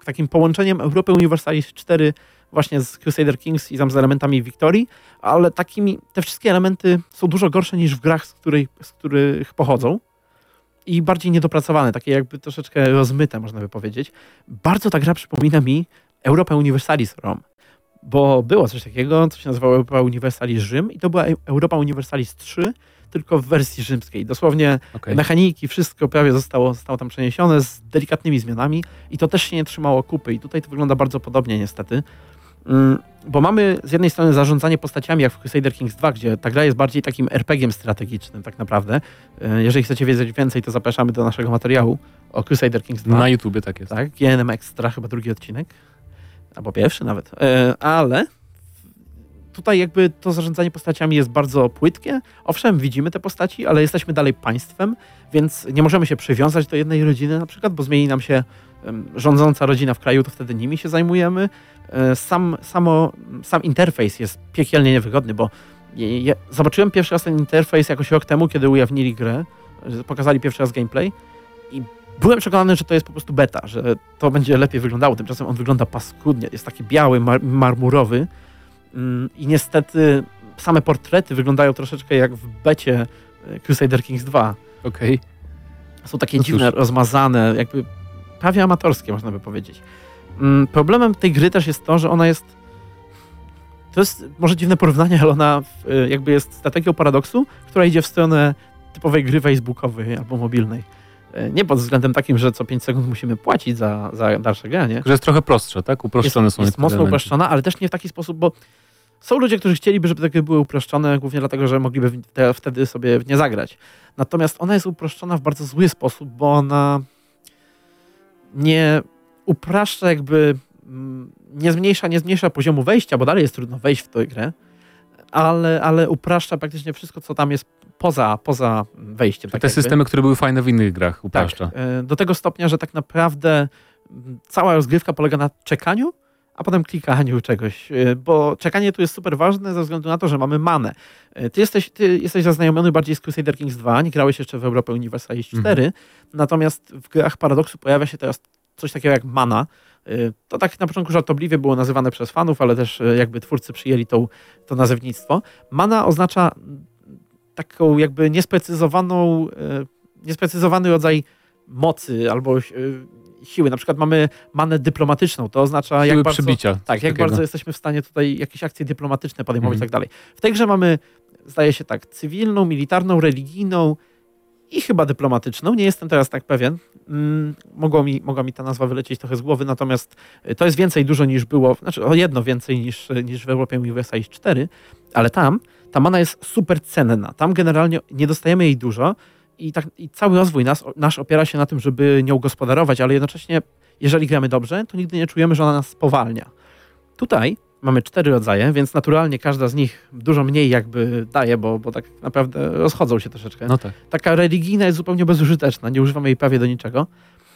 takim połączeniem Europy Universalis cztery właśnie z Crusader Kings i tam z elementami Wiktorii, ale takimi, te wszystkie elementy są dużo gorsze niż w grach, z, której, z których pochodzą i bardziej niedopracowane, takie jakby troszeczkę rozmyte, można by powiedzieć. Bardzo ta gra przypomina mi Europę Universalis ROM, bo było coś takiego, co się nazywało Europa Universalis Rzym i to była Europa Universalis trzy, tylko w wersji rzymskiej. Dosłownie okay. mechaniki, wszystko prawie zostało, zostało tam przeniesione z delikatnymi zmianami i to też się nie trzymało kupy i tutaj to wygląda bardzo podobnie niestety. Bo mamy z jednej strony zarządzanie postaciami jak w Crusader Kings dwa, gdzie ta gra jest bardziej takim er pe gie em strategicznym tak naprawdę. Jeżeli chcecie wiedzieć więcej, to zapraszamy do naszego materiału o Crusader Kings dwa. Na YouTubie tak jest. Tak, G N M Extra, chyba drugi odcinek. Albo pierwszy nawet. Ale tutaj jakby to zarządzanie postaciami jest bardzo płytkie. Owszem, widzimy te postaci, ale jesteśmy dalej państwem, więc nie możemy się przywiązać do jednej rodziny na przykład, bo zmieni nam się rządząca rodzina w kraju, to wtedy nimi się zajmujemy. Sam, samo, sam interfejs jest piekielnie niewygodny, bo ja zobaczyłem pierwszy raz ten interfejs jakoś rok temu, kiedy ujawnili grę, pokazali pierwszy raz gameplay i byłem przekonany, że to jest po prostu beta, że to będzie lepiej wyglądało. Tymczasem on wygląda paskudnie, jest taki biały, mar- marmurowy i niestety same portrety wyglądają troszeczkę jak w becie Crusader Kings dwa. Okej. Okay. Są takie no dziwne, cóż. rozmazane, jakby prawie amatorskie, można by powiedzieć. Problemem tej gry też jest to, że ona jest to jest może dziwne porównanie, ale ona jakby jest strategią paradoksu, która idzie w stronę typowej gry facebookowej albo mobilnej. Nie pod względem takim, że co pięć sekund musimy płacić za, za dalsze granie. Że jest trochę prostsza, tak? Uproszczone jest, są Jest mocno elementy. uproszczona, ale też nie w taki sposób, bo są ludzie, którzy chcieliby, żeby te gry były uproszczone, głównie dlatego, że mogliby te, wtedy sobie w nie zagrać. Natomiast ona jest uproszczona w bardzo zły sposób, bo ona nie upraszcza jakby, nie zmniejsza, nie zmniejsza poziomu wejścia, bo dalej jest trudno wejść w tę grę, ale, ale upraszcza praktycznie wszystko, co tam jest poza, poza wejściem. Tak te jakby. systemy, które były fajne w innych grach, upraszcza. Tak, do tego stopnia, że tak naprawdę cała rozgrywka polega na czekaniu, a potem klikaniu czegoś, bo czekanie tu jest super ważne ze względu na to, że mamy manę. Ty jesteś, ty jesteś zaznajomiony bardziej z Crusader Kings dwa, nie grałeś jeszcze w Europę Universalis cztery, mhm. natomiast w grach Paradoksu pojawia się teraz coś takiego jak mana. To tak na początku żartobliwie było nazywane przez fanów, ale też jakby twórcy przyjęli tą, to nazewnictwo. Mana oznacza taką jakby niesprecyzowaną, niesprecyzowany rodzaj mocy albo siły. Na przykład mamy manę dyplomatyczną, to oznacza siły jak bardzo, przybicia, tak, jak takiego. bardzo jesteśmy w stanie tutaj jakieś akcje dyplomatyczne podejmować i mm. tak dalej. W tej grze mamy, zdaje się tak, cywilną, militarną, religijną i chyba dyplomatyczną. Nie jestem teraz tak pewien. Mm, mogło mi, mogła mi ta nazwa wylecieć trochę z głowy, natomiast to jest więcej dużo niż było, znaczy o jedno więcej niż, niż w Europie Universalis cztery, ale tam ta mana jest super cenna. Tam generalnie nie dostajemy jej dużo i, tak, i cały rozwój nas, nasz opiera się na tym, żeby nią gospodarować, ale jednocześnie jeżeli gramy dobrze, to nigdy nie czujemy, że ona nas spowalnia. Tutaj mamy cztery rodzaje, więc naturalnie każda z nich dużo mniej jakby daje, bo, bo tak naprawdę rozchodzą się troszeczkę. No tak. Taka religijna jest zupełnie bezużyteczna, nie używamy jej prawie do niczego.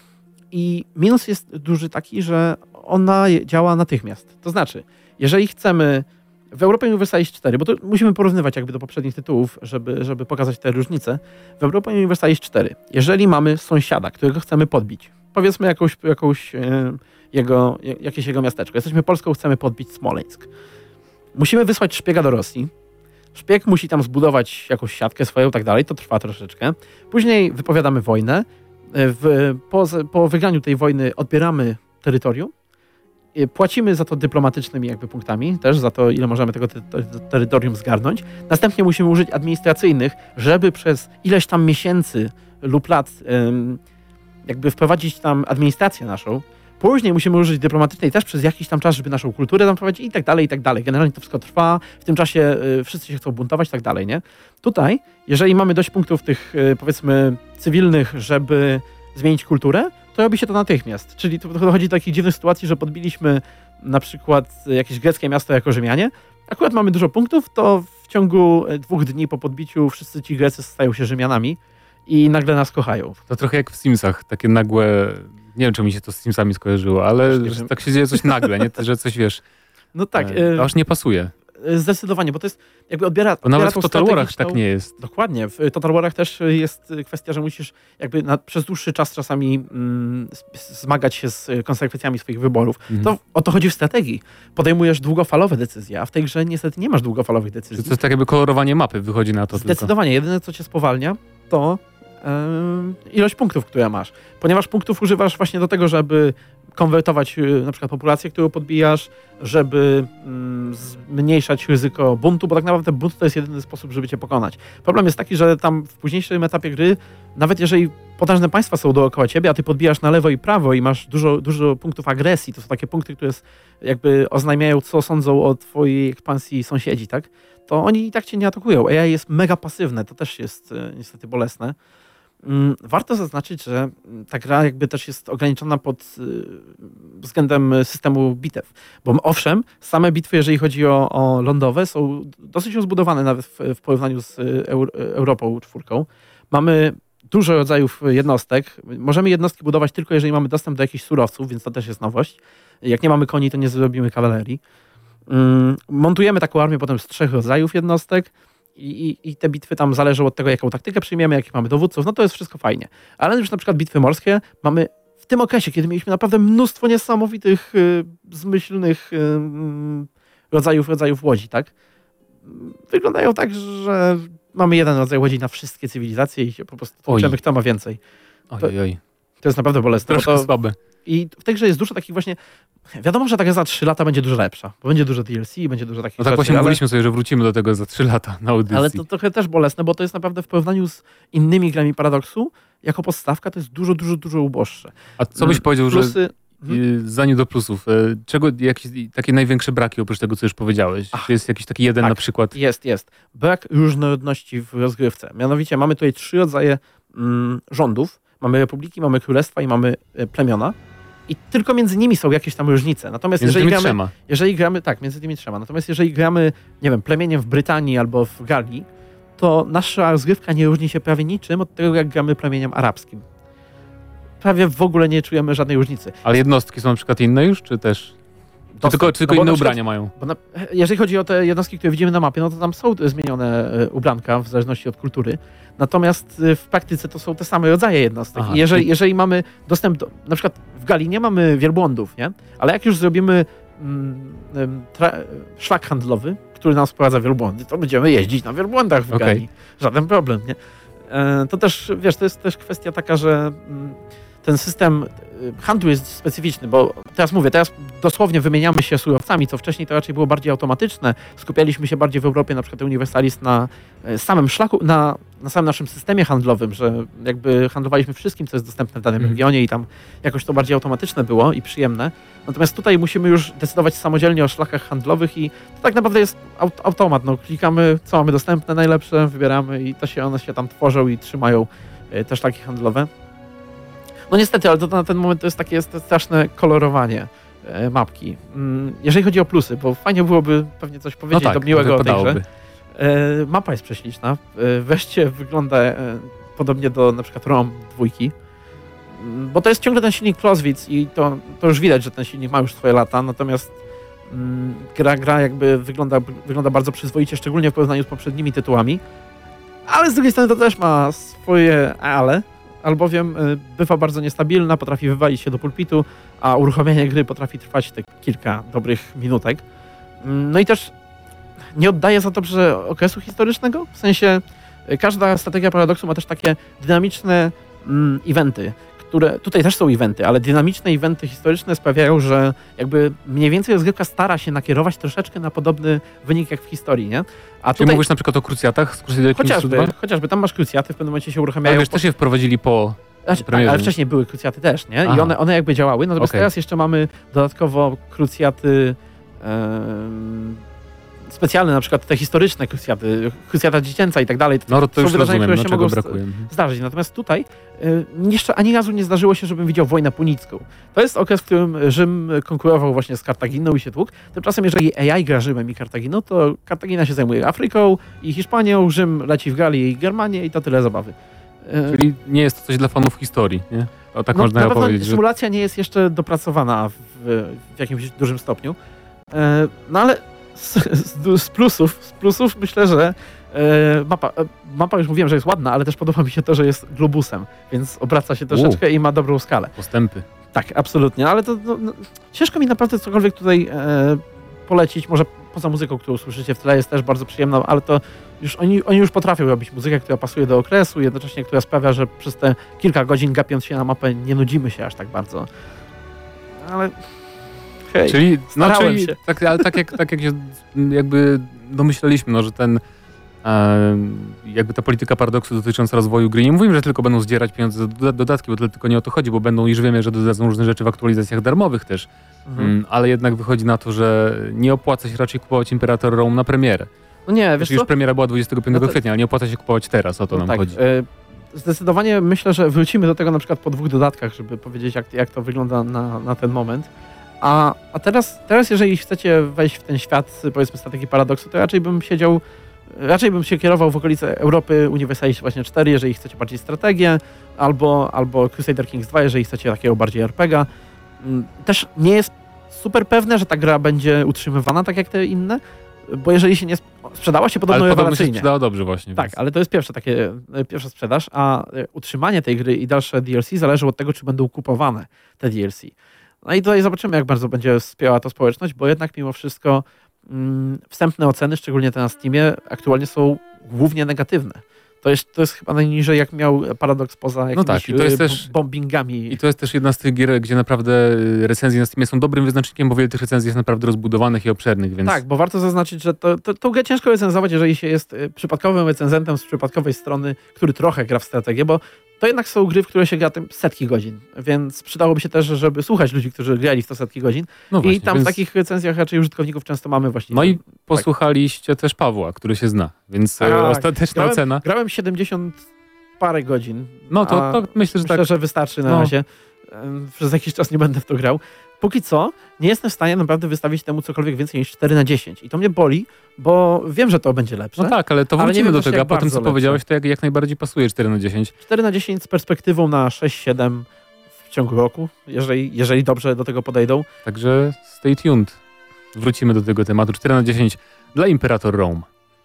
I minus jest duży taki, że ona działa natychmiast. To znaczy, jeżeli chcemy w Europie Universalis cztery, bo to musimy porównywać jakby do poprzednich tytułów, żeby, żeby pokazać te różnice. W Europie Universalis cztery, jeżeli mamy sąsiada, którego chcemy podbić, powiedzmy jakąś, jakąś yy, jego, jakieś jego miasteczko. Jesteśmy Polską, chcemy podbić Smoleńsk. Musimy wysłać szpiega do Rosji. Szpieg musi tam zbudować jakąś siatkę swoją i tak dalej. To trwa troszeczkę. Później wypowiadamy wojnę. W, po, po wygraniu tej wojny odbieramy terytorium. Płacimy za to dyplomatycznymi jakby punktami, też za to, ile możemy tego te, te, terytorium zgarnąć. Następnie musimy użyć administracyjnych, żeby przez ileś tam miesięcy lub lat ym, jakby wprowadzić tam administrację naszą. Później musimy użyć dyplomatycznej też przez jakiś tam czas, żeby naszą kulturę tam prowadzić i tak dalej, i tak dalej. Generalnie to wszystko trwa, w tym czasie y, wszyscy się chcą buntować i tak dalej, nie? Tutaj, jeżeli mamy dość punktów tych, y, powiedzmy, cywilnych, żeby zmienić kulturę, to robi się to natychmiast. Czyli to dochodzi do takich dziwnych sytuacji, że podbiliśmy na przykład jakieś greckie miasto jako Rzymianie. Akurat mamy dużo punktów, to w ciągu dwóch dni po podbiciu wszyscy ci Grecy stają się Rzymianami i nagle nas kochają. To trochę jak w Simsach, takie nagłe... Nie wiem, czy mi się to z Simsami skojarzyło, ale że tak się dzieje coś nagle, nie? Że coś, wiesz, no tak, e, aż nie pasuje. Zdecydowanie, bo to jest jakby odbiera, Bo nawet odbiera w Total Warach tak nie jest. Dokładnie. W Total Warach też jest kwestia, że musisz jakby na, przez dłuższy czas czasami mm, zmagać się z konsekwencjami swoich wyborów. Mhm. To o to chodzi w strategii. Podejmujesz długofalowe decyzje, a w tej grze niestety nie masz długofalowych decyzji. Czy to jest tak jakby kolorowanie mapy wychodzi na to Zdecydowanie. tylko. Jedyne, co cię spowalnia, to yy, ilość punktów, które masz. Ponieważ punktów używasz właśnie do tego, żeby konwertować yy, na przykład populację, którą podbijasz, żeby yy, zmniejszać ryzyko buntu, bo tak naprawdę bunt to jest jedyny sposób, żeby cię pokonać. Problem jest taki, że tam w późniejszym etapie gry, nawet jeżeli potężne państwa są dookoła ciebie, a ty podbijasz na lewo i prawo i masz dużo, dużo punktów agresji, to są takie punkty, które jakby oznajmiają, co sądzą o twojej ekspansji sąsiedzi, tak? To oni i tak cię nie atakują. A I jest mega pasywne, to też jest e, niestety bolesne. Mm, warto zaznaczyć, że ta gra jakby też jest ograniczona pod y, względem systemu bitew. Bo owszem, same bitwy, jeżeli chodzi o, o lądowe, są dosyć rozbudowane nawet w, w porównaniu z Eur, Europą czwórką. Mamy dużo rodzajów jednostek. Możemy jednostki budować tylko jeżeli mamy dostęp do jakichś surowców, więc to też jest nowość. Jak nie mamy koni, to nie zrobimy kawalerii. Montujemy taką armię potem z trzech rodzajów jednostek i, i, i te bitwy tam zależą od tego, jaką taktykę przyjmiemy, jakich mamy dowódców, no to jest wszystko fajnie. Ale już na przykład bitwy morskie mamy w tym okresie, kiedy mieliśmy naprawdę mnóstwo niesamowitych, y, zmyślnych y, rodzajów, rodzajów łodzi, tak? Wyglądają tak, że mamy jeden rodzaj łodzi na wszystkie cywilizacje i się po prostu tłuczemy, kto ma więcej. Oj, oj. To jest naprawdę bolesne. Troszkę to... słabe. I w tej grze jest dużo takich właśnie... Wiadomo, że ta gra za trzy lata będzie dużo lepsza, bo będzie dużo D L C, będzie dużo takich No tak rzeczy, właśnie ale... mówiliśmy sobie, że wrócimy do tego za trzy lata na audycji. Ale to trochę też bolesne, bo to jest naprawdę w porównaniu z innymi grami Paradoksu, jako podstawka to jest dużo, dużo, dużo uboższe. A co byś powiedział, Plusy... że zanim do plusów, czego jakieś takie największe braki oprócz tego, co już powiedziałeś? Ach, Czy jest jakiś taki jeden tak, na przykład? Jest, jest. Brak różnorodności w rozgrywce. Mianowicie mamy tutaj trzy rodzaje mm, rządów. Mamy republiki, mamy królestwa i mamy e, plemiona. I tylko między nimi są jakieś tam różnice. Natomiast Między jeżeli tymi gramy, trzema. jeżeli gramy, tak, między tymi trzema. Natomiast jeżeli gramy, nie wiem, plemieniem w Brytanii albo w Galii, to nasza rozgrywka nie różni się prawie niczym od tego, jak gramy plemieniem arabskim. Prawie w ogóle nie czujemy żadnej różnicy. Ale jednostki są na przykład inne już, czy też? Czy Dostęp. tylko, czy tylko No bo inne na przykład- ubrania mają? Bo na, jeżeli chodzi o te jednostki, które widzimy na mapie, no to tam są zmienione e, ubranka w zależności od kultury. Natomiast e, w praktyce to są te same rodzaje jednostek. Aha, I jeżeli, czyli- jeżeli mamy dostęp do... Na przykład w Galii nie mamy wielbłądów, nie? Ale jak już zrobimy mm, em, tra, szlak handlowy, który nam sprowadza wielbłądy, to będziemy jeździć na wielbłądach w Okej. Galii. Żaden problem, nie? E, to też, wiesz, to jest też kwestia taka, że mm, ten system y, handlu jest specyficzny, bo teraz mówię, teraz dosłownie wymieniamy się surowcami, co wcześniej to raczej było bardziej automatyczne. Skupialiśmy się bardziej w Europie, na przykład Universalis, na y, samym szlaku, na, na samym naszym systemie handlowym, że jakby handlowaliśmy wszystkim, co jest dostępne w danym Mhm. regionie i tam jakoś to bardziej automatyczne było i przyjemne. Natomiast tutaj musimy już decydować samodzielnie o szlakach handlowych i to tak naprawdę jest aut- automat. No, klikamy, co mamy dostępne, najlepsze, wybieramy i to się one się tam tworzą i trzymają y, te szlaki handlowe. No niestety, ale to na ten moment to jest takie jest straszne kolorowanie e, mapki. Mm, jeżeli chodzi o plusy, bo fajnie byłoby pewnie coś No powiedzieć tak, do miłego o tej grze. wypadałoby. E, mapa jest prześliczna. E, wreszcie wygląda e, podobnie do na przykład ROM dwójki. Mm, Bo to jest ciągle ten silnik Clausewitz i to, to już widać, że ten silnik ma już swoje lata, natomiast mm, gra, gra jakby wygląda, wygląda bardzo przyzwoicie, szczególnie w porównaniu z poprzednimi tytułami. Ale z drugiej strony to też ma swoje ale, albowiem y, bywa bardzo niestabilna, potrafi wywalić się do pulpitu, a uruchomienie gry potrafi trwać te kilka dobrych minutek. Mm, No i też nie oddaje za dobrze okresu historycznego, w sensie y, każda strategia Paradoksu ma też takie dynamiczne mm, eventy, które, tutaj też są eventy, ale dynamiczne eventy historyczne sprawiają, że jakby mniej więcej rozgrywka stara się nakierować troszeczkę na podobny wynik jak w historii, nie? A Czyli mówisz na przykład o krucjatach z Crusader Kings Chociażby, dwa? chociażby, tam masz krucjaty, w pewnym momencie się Ale uruchamiają. wiesz, też je wprowadzili po... Znaczy, premierze, ale nie? wcześniej były krucjaty też, nie? I Aha. one, one jakby działały, natomiast Okej. teraz jeszcze mamy dodatkowo krucjaty em, specjalne, na przykład te historyczne krucjaty, krucjata dziecięca i tak dalej. No to są już wydarzenia, rozumiem, które się dlaczego mogą brakuje. Mhm. zdarzyć. Natomiast tutaj y, jeszcze ani razu nie zdarzyło się, żebym widział wojnę punicką. To jest okres, w którym Rzym konkurował właśnie z Kartaginą i się tłukł. Tymczasem, jeżeli A I gra Rzymem i Kartaginą, to Kartagina się zajmuje Afryką i Hiszpanią, Rzym leci w Galię i Germanię i to tyle zabawy. Y, Czyli nie jest to coś dla fanów historii, nie? O tak no, można na pewno powiedzieć, że... symulacja nie jest jeszcze dopracowana w, w jakimś dużym stopniu. E, no ale z, z, z plusów, z plusów myślę, że e, mapa, e, mapa już mówiłem, że jest ładna, ale też podoba mi się to, że jest globusem, więc obraca się troszeczkę U. i ma dobrą skalę. Postępy. Tak, absolutnie, ale to no, no, ciężko mi naprawdę cokolwiek tutaj e, polecić, może poza muzyką, którą słyszycie w tle, jest też bardzo przyjemna, ale to już oni, oni już potrafią robić muzykę, która pasuje do okresu, jednocześnie która sprawia, że przez te kilka godzin gapiąc się na mapę nie nudzimy się aż tak bardzo. Ale hej, czyli, no, czyli się. Tak, ale tak jak, tak jak się jakby domyśleliśmy, no, że ten e, jakby ta polityka paradoksu dotycząca rozwoju gry, nie mówimy, że tylko będą zdzierać pieniądze za dodatki, bo to tylko nie o to chodzi, bo będą, już wiemy, że dodadzą różne rzeczy w aktualizacjach darmowych też, mhm. mm, ale jednak wychodzi na to, że nie opłaca się raczej kupować Imperator Rome na premierę. No nie, wiesz już co? premiera była dwudziestego piątego no to... kwietnia, ale nie opłaca się kupować teraz, o to no nam tak, chodzi. Y- Zdecydowanie myślę, że wrócimy do tego na przykład po dwóch dodatkach, żeby powiedzieć, jak, jak to wygląda na, na ten moment. A, a teraz, teraz, jeżeli chcecie wejść w ten świat, powiedzmy, strategii paradoksu, to raczej bym siedział, raczej bym się kierował w okolice Europy Universalis właśnie cztery, jeżeli chcecie bardziej strategię, albo, albo Crusader Kings dwa, jeżeli chcecie takiego bardziej er pe gie a. Też nie jest super pewne, że ta gra będzie utrzymywana tak jak te inne, bo jeżeli się nie sprzedała się podobno ale rewelacyjnie. Ale podobno się sprzedała dobrze właśnie. Tak, więc. Ale to jest pierwsze takie, pierwsza sprzedaż, a utrzymanie tej gry i dalsze D L C zależy od tego, czy będą kupowane te D L C. No i tutaj zobaczymy, jak bardzo będzie wspierała to społeczność, bo jednak mimo wszystko mm, wstępne oceny, szczególnie te na Steamie, aktualnie są głównie negatywne. To jest, to jest chyba najniżej, jak miał Paradox poza jakimiś no tak, i to jest też, bombingami. I to jest też jedna z tych gier, gdzie naprawdę recenzje na Steamie są dobrym wyznacznikiem, bo wiele tych recenzji jest naprawdę rozbudowanych i obszernych, więc... Tak, bo warto zaznaczyć, że to, to, tą grę ciężko recenzować, jeżeli się jest przypadkowym recenzentem z przypadkowej strony, który trochę gra w strategię, bo to jednak są gry, w które się gra tym setki godzin, więc przydałoby się też, żeby słuchać ludzi, którzy grali w to setki godzin. No właśnie, i tam więc... w takich recenzjach raczej użytkowników często mamy właśnie... No i posłuchaliście tak. też Pawła, który się zna, więc tak, ostateczna grałem, ocena... Grałem siedemdziesiąt parę godzin. No to, to myślę, że myślę, tak... że wystarczy na no. razie. Przez jakiś czas nie będę w to grał. Póki co nie jestem w stanie naprawdę wystawić temu cokolwiek więcej niż cztery na dziesięć. I to mnie boli, bo wiem, że to będzie lepsze. No tak, ale to wrócimy ale do tego, a po tym, co lepsze. powiedziałeś, to jak, jak najbardziej pasuje cztery na dziesięć. cztery na dziesięć z perspektywą na sześć siedem w ciągu roku, jeżeli, jeżeli dobrze do tego podejdą. Także stay tuned. Wrócimy do tego tematu. cztery na dziesięć dla Imperator Rome.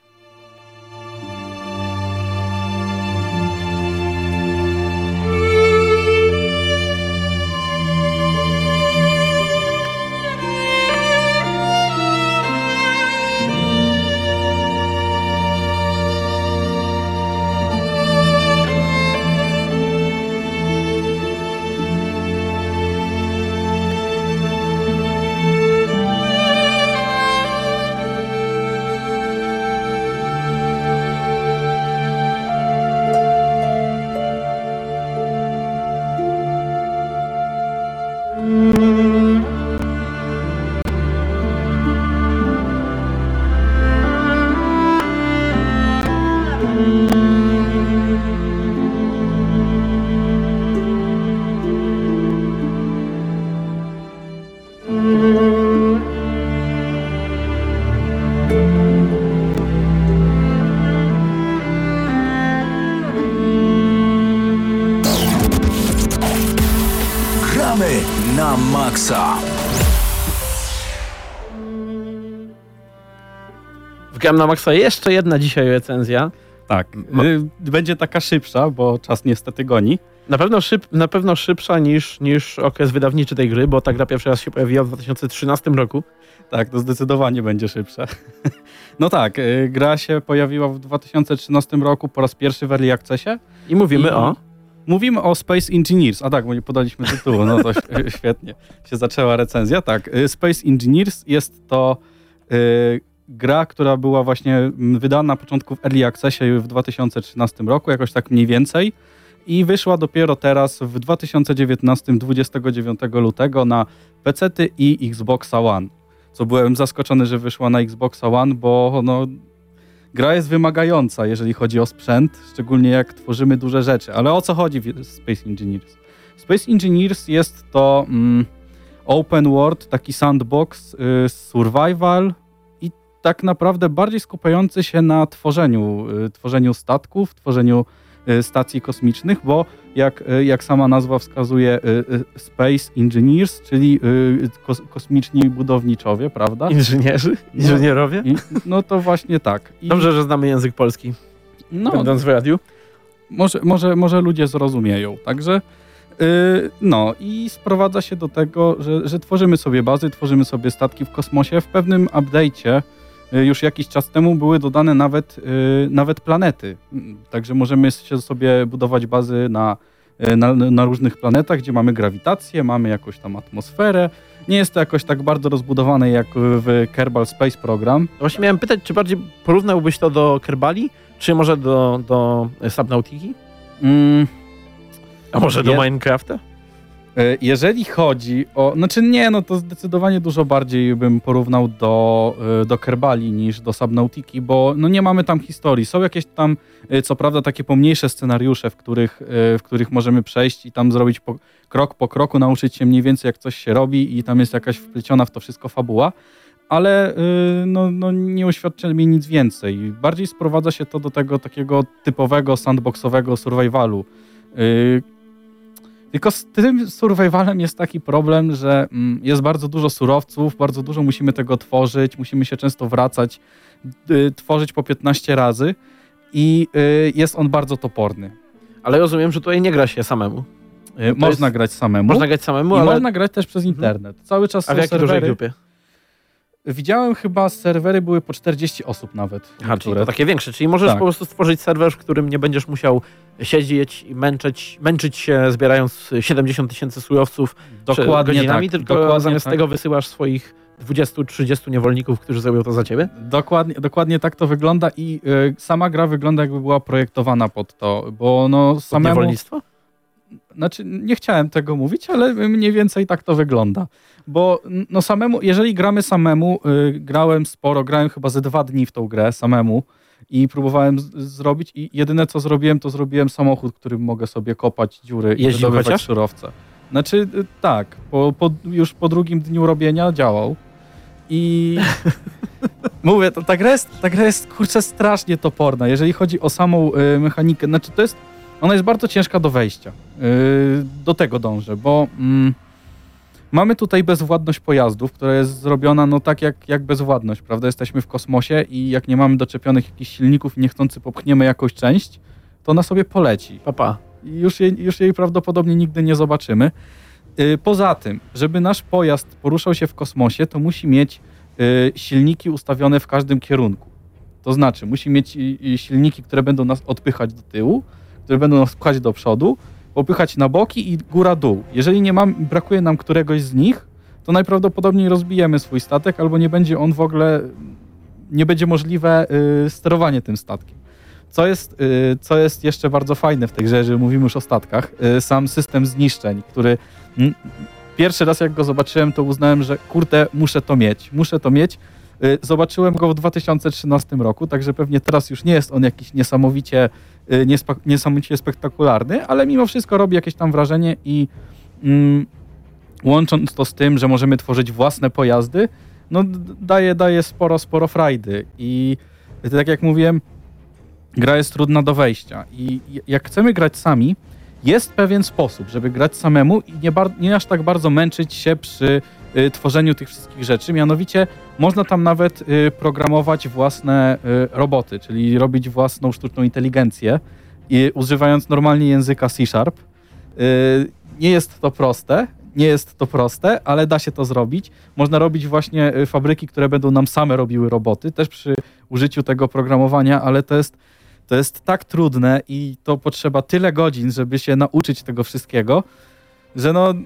Na maksa. Wgrałem na maksa jeszcze jedna dzisiaj recenzja. Tak, będzie taka szybsza, bo czas niestety goni. Na pewno, szyb, na pewno szybsza niż, niż okres wydawniczy tej gry, bo ta gra pierwszy raz się pojawiła w dwa tysiące trzynastym roku. Tak, to zdecydowanie będzie szybsza. No tak, gra się pojawiła w dwa tysiące trzynastym roku po raz pierwszy w Early Accessie. I mówimy I... o... Mówimy o Space Engineers. A tak, bo nie podaliśmy tytułu, no to świetnie się zaczęła recenzja. Tak, Space Engineers jest to y, gra, która była właśnie wydana na początku w Early Accessie w dwa tysiące trzynastym roku, jakoś tak mniej więcej. I wyszła dopiero teraz w dwa tysiące dziewiętnastym, dwudziestego dziewiątego lutego na pecety i Xboxa One. Co byłem zaskoczony, że wyszła na Xboxa One, bo no... Gra jest wymagająca, jeżeli chodzi o sprzęt, szczególnie jak tworzymy duże rzeczy. Ale o co chodzi w Space Engineers? Space Engineers jest to mm, open world, taki sandbox, y, survival i tak naprawdę bardziej skupiający się na tworzeniu, y, tworzeniu statków, tworzeniu y, stacji kosmicznych, bo jak, y, jak sama nazwa wskazuje, y, y, Space Engineers, czyli y, kos, kosmiczni budowniczowie, prawda? Inżynierzy? Inżynierowie? I, no to właśnie tak. I, Dobrze, że znamy język polski, no, będąc w radiu. może, może, może ludzie zrozumieją. Także yy, no i sprowadza się do tego, że, że tworzymy sobie bazy, tworzymy sobie statki w kosmosie. W pewnym update'cie yy, już jakiś czas temu były dodane nawet, yy, nawet planety. Także możemy się sobie budować bazy na, yy, na, na różnych planetach, gdzie mamy grawitację, mamy jakąś tam atmosferę. Nie jest to jakoś tak bardzo rozbudowane jak w Kerbal Space Program. Właśnie miałem pytać, czy bardziej porównałbyś to do Kerbali, czy może do, do Subnautiki? Mm. A może do Je- Minecrafta? E, Jeżeli chodzi o... Znaczy nie, no to zdecydowanie dużo bardziej bym porównał do, e, do Kerbali niż do Subnautiki, bo no nie mamy tam historii. Są jakieś tam, e, co prawda, takie pomniejsze scenariusze, w których, e, w których możemy przejść i tam zrobić po, krok po kroku, nauczyć się mniej więcej jak coś się robi i tam jest jakaś wpleciona w to wszystko fabuła, ale e, no, no nie uświadcza mi nic więcej. Bardziej sprowadza się to do tego takiego typowego sandboxowego survivalu. E, Tylko z tym survivalem jest taki problem, że mm, jest bardzo dużo surowców, bardzo dużo musimy tego tworzyć, musimy się często wracać, y, tworzyć po piętnaście razy i y, jest on bardzo toporny. Ale rozumiem, że tutaj nie gra się samemu. Y, można jest- grać samemu Można grać samemu, i ale... można grać też przez internet. Cały czas A w są jakiej dużej serwery. grupie? Widziałem chyba serwery były po czterdzieści osób nawet. Aha, czyli niektóre. to takie większe. Czyli możesz Tak. po prostu stworzyć serwer, w którym nie będziesz musiał siedzieć i męczyć, męczyć się, zbierając siedemdziesiąt tysięcy surowców Dokładnie godzinami, tak. tylko dokładnie zamiast tak. tego wysyłasz swoich dwudziestu trzydziestu niewolników, którzy zrobią to za ciebie? Dokładnie, dokładnie tak to wygląda i y, sama gra wygląda jakby była projektowana pod to, bo no Pod samemu... niewolnictwo? Znaczy, nie chciałem tego mówić, ale mniej więcej tak to wygląda. Bo no samemu, jeżeli gramy samemu, y, grałem sporo, grałem chyba ze dwa dni w tą grę samemu i próbowałem z- zrobić i jedyne co zrobiłem, to zrobiłem samochód, którym mogę sobie kopać dziury i Jeździł wydobywać chociaż? surowce. Znaczy, y, tak, po, po, już po drugim dniu robienia działał i mówię, to ta gra jest, ta gra jest kurczę strasznie toporna, jeżeli chodzi o samą y, mechanikę, znaczy to jest ona jest bardzo ciężka do wejścia. Yy, do tego dążę, bo mm, mamy tutaj bezwładność pojazdów, która jest zrobiona no tak jak, jak bezwładność, prawda? Jesteśmy w kosmosie i jak nie mamy doczepionych jakichś silników i niechcący popchniemy jakąś część, to ona sobie poleci. Papa. I już jej, już jej prawdopodobnie nigdy nie zobaczymy. Yy, poza tym, żeby nasz pojazd poruszał się w kosmosie, to musi mieć yy, silniki ustawione w każdym kierunku. To znaczy, musi mieć i, i silniki, które będą nas odpychać do tyłu, które będą nas pchać do przodu, popychać na boki i góra-dół. Jeżeli nie mam, brakuje nam któregoś z nich, to najprawdopodobniej rozbijemy swój statek, albo nie będzie on w ogóle, nie będzie możliwe y, sterowanie tym statkiem. Co jest, y, co jest jeszcze bardzo fajne w tej grze, jeżeli mówimy już o statkach, y, sam system zniszczeń, który mm, pierwszy raz jak go zobaczyłem, to uznałem, że kurde, muszę to mieć, muszę to mieć. Y, Zobaczyłem go w dwa tysiące trzynastym roku, także pewnie teraz już nie jest on jakiś niesamowicie, y, niespa- niesamowicie spektakularny, ale mimo wszystko robi jakieś tam wrażenie i mm, łącząc to z tym, że możemy tworzyć własne pojazdy, no d- daje, daje sporo, sporo frajdy i y, tak jak mówiłem, gra jest trudna do wejścia i y, jak chcemy grać sami, jest pewien sposób, żeby grać samemu i nie, bar- nie aż tak bardzo męczyć się przy y, tworzeniu tych wszystkich rzeczy. Mianowicie można tam nawet y, programować własne y, roboty, czyli robić własną sztuczną inteligencję i używając normalnie języka C Sharp. Y, nie jest to proste, nie jest to proste, ale da się to zrobić. Można robić właśnie y, fabryki, które będą nam same robiły roboty, też przy użyciu tego programowania, ale to jest To jest tak trudne i to potrzeba tyle godzin, żeby się nauczyć tego wszystkiego, że no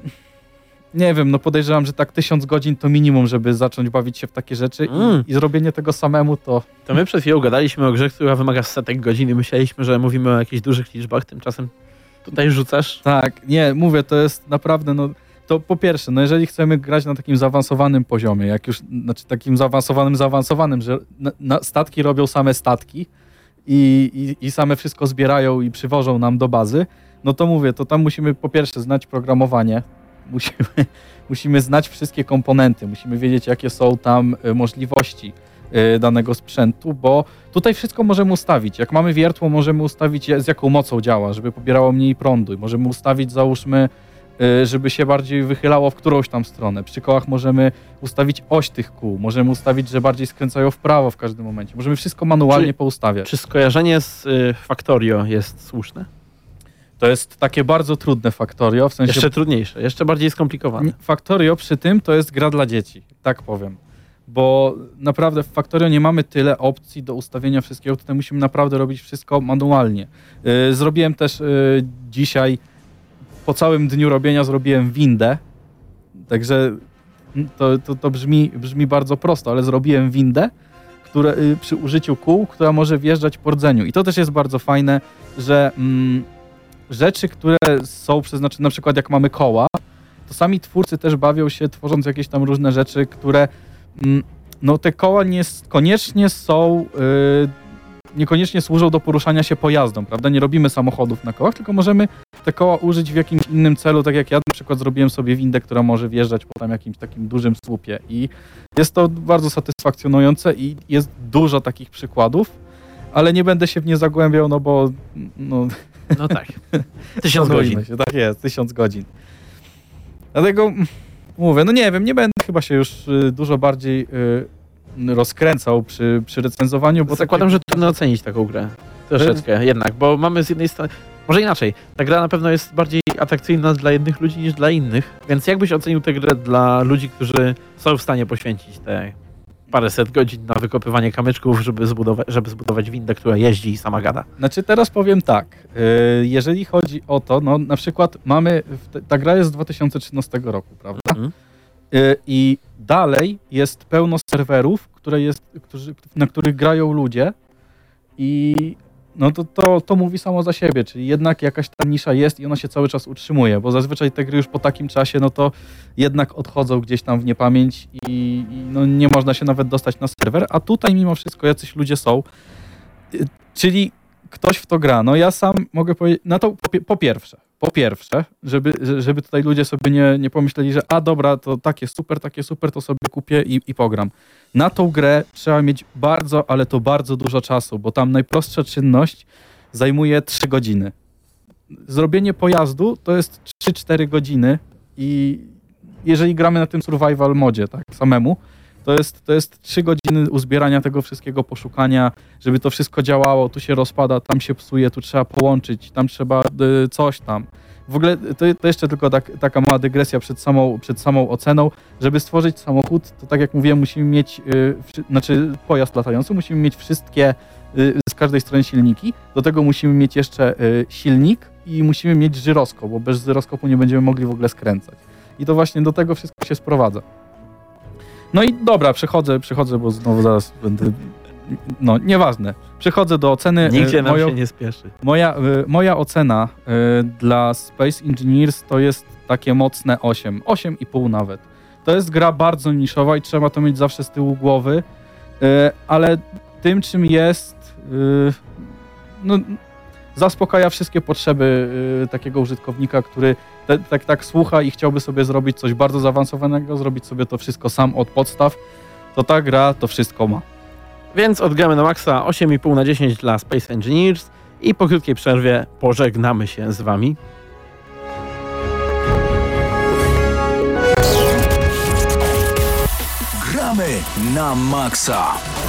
nie wiem, no podejrzewam, że tak tysiąc godzin to minimum, żeby zacząć bawić się w takie rzeczy Mm. i, i zrobienie tego samemu to... To my przed chwilą gadaliśmy o grze, która wymaga setek godzin i myśleliśmy, że mówimy o jakichś dużych liczbach, tymczasem tutaj rzucasz. Tak, nie, mówię, to jest naprawdę, no to po pierwsze, no jeżeli chcemy grać na takim zaawansowanym poziomie, jak już, znaczy takim zaawansowanym, zaawansowanym, że na, na statki robią same statki, I, i, i same wszystko zbierają i przywożą nam do bazy, no to mówię, to tam musimy po pierwsze znać programowanie, musimy, musimy znać wszystkie komponenty, musimy wiedzieć, jakie są tam y, możliwości. y, danego sprzętu, bo tutaj wszystko możemy ustawić. Jak mamy wiertło, możemy ustawić z jaką mocą działa, żeby pobierało mniej prądu. Możemy ustawić, załóżmy, y, żeby się bardziej wychylało w którąś tam stronę. Przy kołach możemy ustawić oś tych kół, możemy ustawić, że bardziej skręcają w prawo w każdym momencie. Możemy wszystko manualnie Czy- poustawiać. Czy skojarzenie z y, Factorio jest słuszne? To jest takie bardzo trudne Factorio, w sensie Jeszcze trudniejsze, jeszcze bardziej skomplikowane. Factorio przy tym to jest gra dla dzieci, tak powiem. Bo naprawdę w Factorio nie mamy tyle opcji do ustawienia wszystkiego, tutaj musimy naprawdę robić wszystko manualnie. Yy, zrobiłem też yy, dzisiaj, po całym dniu robienia zrobiłem windę, także to, to, to brzmi, brzmi bardzo prosto, ale zrobiłem windę, które, yy, przy użyciu kół, która może wjeżdżać po rdzeniu. I to też jest bardzo fajne, że mm, rzeczy, które są przeznaczone, na przykład jak mamy koła, to sami twórcy też bawią się, tworząc jakieś tam różne rzeczy, które mm, no te koła niekoniecznie są, yy, niekoniecznie służą do poruszania się pojazdom, prawda? Nie robimy samochodów na kołach, tylko możemy te koła użyć w jakimś innym celu, tak jak ja na przykład zrobiłem sobie windę, która może wjeżdżać po tam jakimś takim dużym słupie i jest to bardzo satysfakcjonujące i jest dużo takich przykładów, ale nie będę się w nie zagłębiał, no bo no, No tak. Tysiąc szanujmy godzin. się, tak jest, tysiąc godzin. Dlatego mówię, no nie wiem, nie będę chyba się już y, dużo bardziej y, rozkręcał przy, przy recenzowaniu, bo Bo zakładam, że trudno ocenić taką grę. Troszeczkę jednak, bo mamy z jednej strony... Może inaczej, ta gra na pewno jest bardziej atrakcyjna dla jednych ludzi niż dla innych, więc jak byś ocenił tę grę dla ludzi, którzy są w stanie poświęcić te paręset godzin na wykopywanie kamyczków, żeby zbudować, żeby zbudować windę, która jeździ i sama gada? Znaczy teraz powiem tak, y, jeżeli chodzi o to, no na przykład mamy, w- ta gra jest z dwa tysiące trzynastego roku, prawda? Mhm. Y, I dalej jest pełno serwerów, które jest, którzy, na których grają ludzie i no to, to, to mówi samo za siebie, czyli jednak jakaś ta nisza jest i ona się cały czas utrzymuje, bo zazwyczaj te gry już po takim czasie, no to jednak odchodzą gdzieś tam w niepamięć i, i no nie można się nawet dostać na serwer, a tutaj mimo wszystko jacyś ludzie są, Y, czyli ktoś w to gra. No ja sam mogę powiedzieć, no to po, pi- po pierwsze, po pierwsze, żeby, że- żeby tutaj ludzie sobie nie, nie pomyśleli, że a dobra, to takie super, takie super, to sobie kupię i, i pogram. Na tą grę trzeba mieć bardzo, ale to bardzo dużo czasu, bo tam najprostsza czynność zajmuje trzy godziny. Zrobienie pojazdu to jest trzy cztery godziny i jeżeli gramy na tym survival modzie, tak, samemu, to jest, to jest trzy godziny uzbierania tego wszystkiego, poszukania, żeby to wszystko działało, tu się rozpada, tam się psuje, tu trzeba połączyć, tam trzeba y, coś tam. W ogóle to, to jeszcze tylko tak, taka mała dygresja przed samą, przed samą oceną. Żeby stworzyć samochód, to tak jak mówiłem, musimy mieć, y, wszy, znaczy pojazd latający, musimy mieć wszystkie, y, z każdej strony silniki. Do tego musimy mieć jeszcze y, silnik i musimy mieć żyroskop, bo bez żyroskopu nie będziemy mogli w ogóle skręcać. I to właśnie do tego wszystko się sprowadza. No i dobra, przechodzę, przechodzę, bo znowu zaraz będę... No, nieważne. Przechodzę do oceny. Nigdzie y, nam moją- się nie spieszy. Moja, y, moja ocena y, dla Space Engineers to jest takie mocne osiem. osiem i pół nawet. To jest gra bardzo niszowa i trzeba to mieć zawsze z tyłu głowy, y, ale tym czym jest, y, no, zaspokaja wszystkie potrzeby y, takiego użytkownika, który te, tak, tak słucha i chciałby sobie zrobić coś bardzo zaawansowanego, zrobić sobie to wszystko sam od podstaw, to ta gra to wszystko ma. Więc odgramy na maksa osiem i pół na dziesięć dla Space Engineers i po krótkiej przerwie pożegnamy się z wami. Gramy na maksa.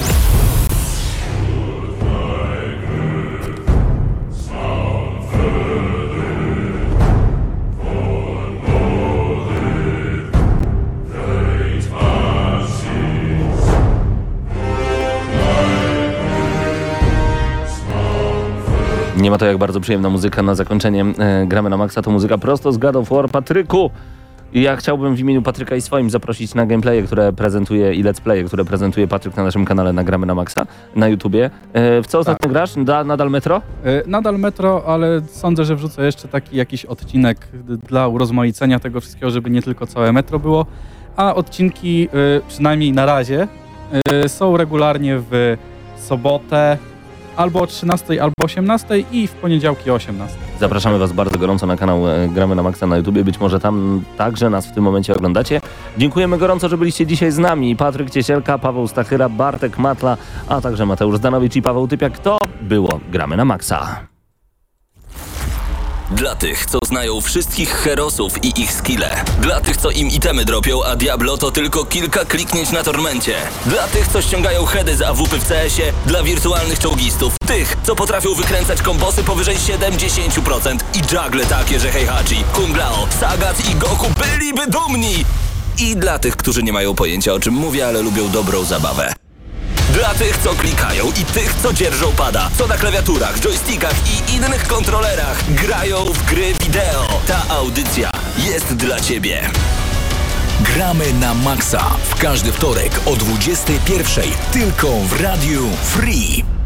Nie ma to jak bardzo przyjemna muzyka na zakończenie e, Gramy na Maxa, to muzyka prosto z God of War. Patryku! I ja chciałbym w imieniu Patryka i swoim zaprosić na gameplaye, które prezentuje i let's playe, które prezentuje Patryk na naszym kanale na Gramy na Maxa na YouTubie. E, w co ostatnio Tak. grasz? Da, nadal Metro? Y, Nadal Metro, ale sądzę, że wrzucę jeszcze taki jakiś odcinek d- dla urozmaicenia tego wszystkiego, żeby nie tylko całe Metro było. A odcinki, y, przynajmniej na razie, y, są regularnie w sobotę albo o trzynastej, albo osiemnastej i w poniedziałki o osiemnastej. Zapraszamy Was bardzo gorąco na kanał Gramy na Maxa na YouTubie. Być może tam także nas w tym momencie oglądacie. Dziękujemy gorąco, że byliście dzisiaj z nami. Patryk Ciesielka, Paweł Stachyra, Bartek Matla, a także Mateusz Zdanowicz i Paweł Typiak. To było Gramy na Maxa. Dla tych, co znają wszystkich herosów i ich skille. Dla tych, co im itemy dropią, a Diablo to tylko kilka kliknięć na tormencie. Dla tych, co ściągają heady z A W P w C S ie. Dla wirtualnych czołgistów. Tych, co potrafią wykręcać kombosy powyżej siedemdziesiąt procent. I juggle takie, że Heihachi, Kung Lao, Sagat i Goku byliby dumni. I dla tych, którzy nie mają pojęcia, o czym mówię, ale lubią dobrą zabawę. Dla tych, co klikają i tych, co dzierżą pada, co na klawiaturach, joystickach i innych kontrolerach grają w gry wideo. Ta audycja jest dla Ciebie. Gramy na Maxa w każdy wtorek o dwudziestej pierwszej tylko w Radiu Free.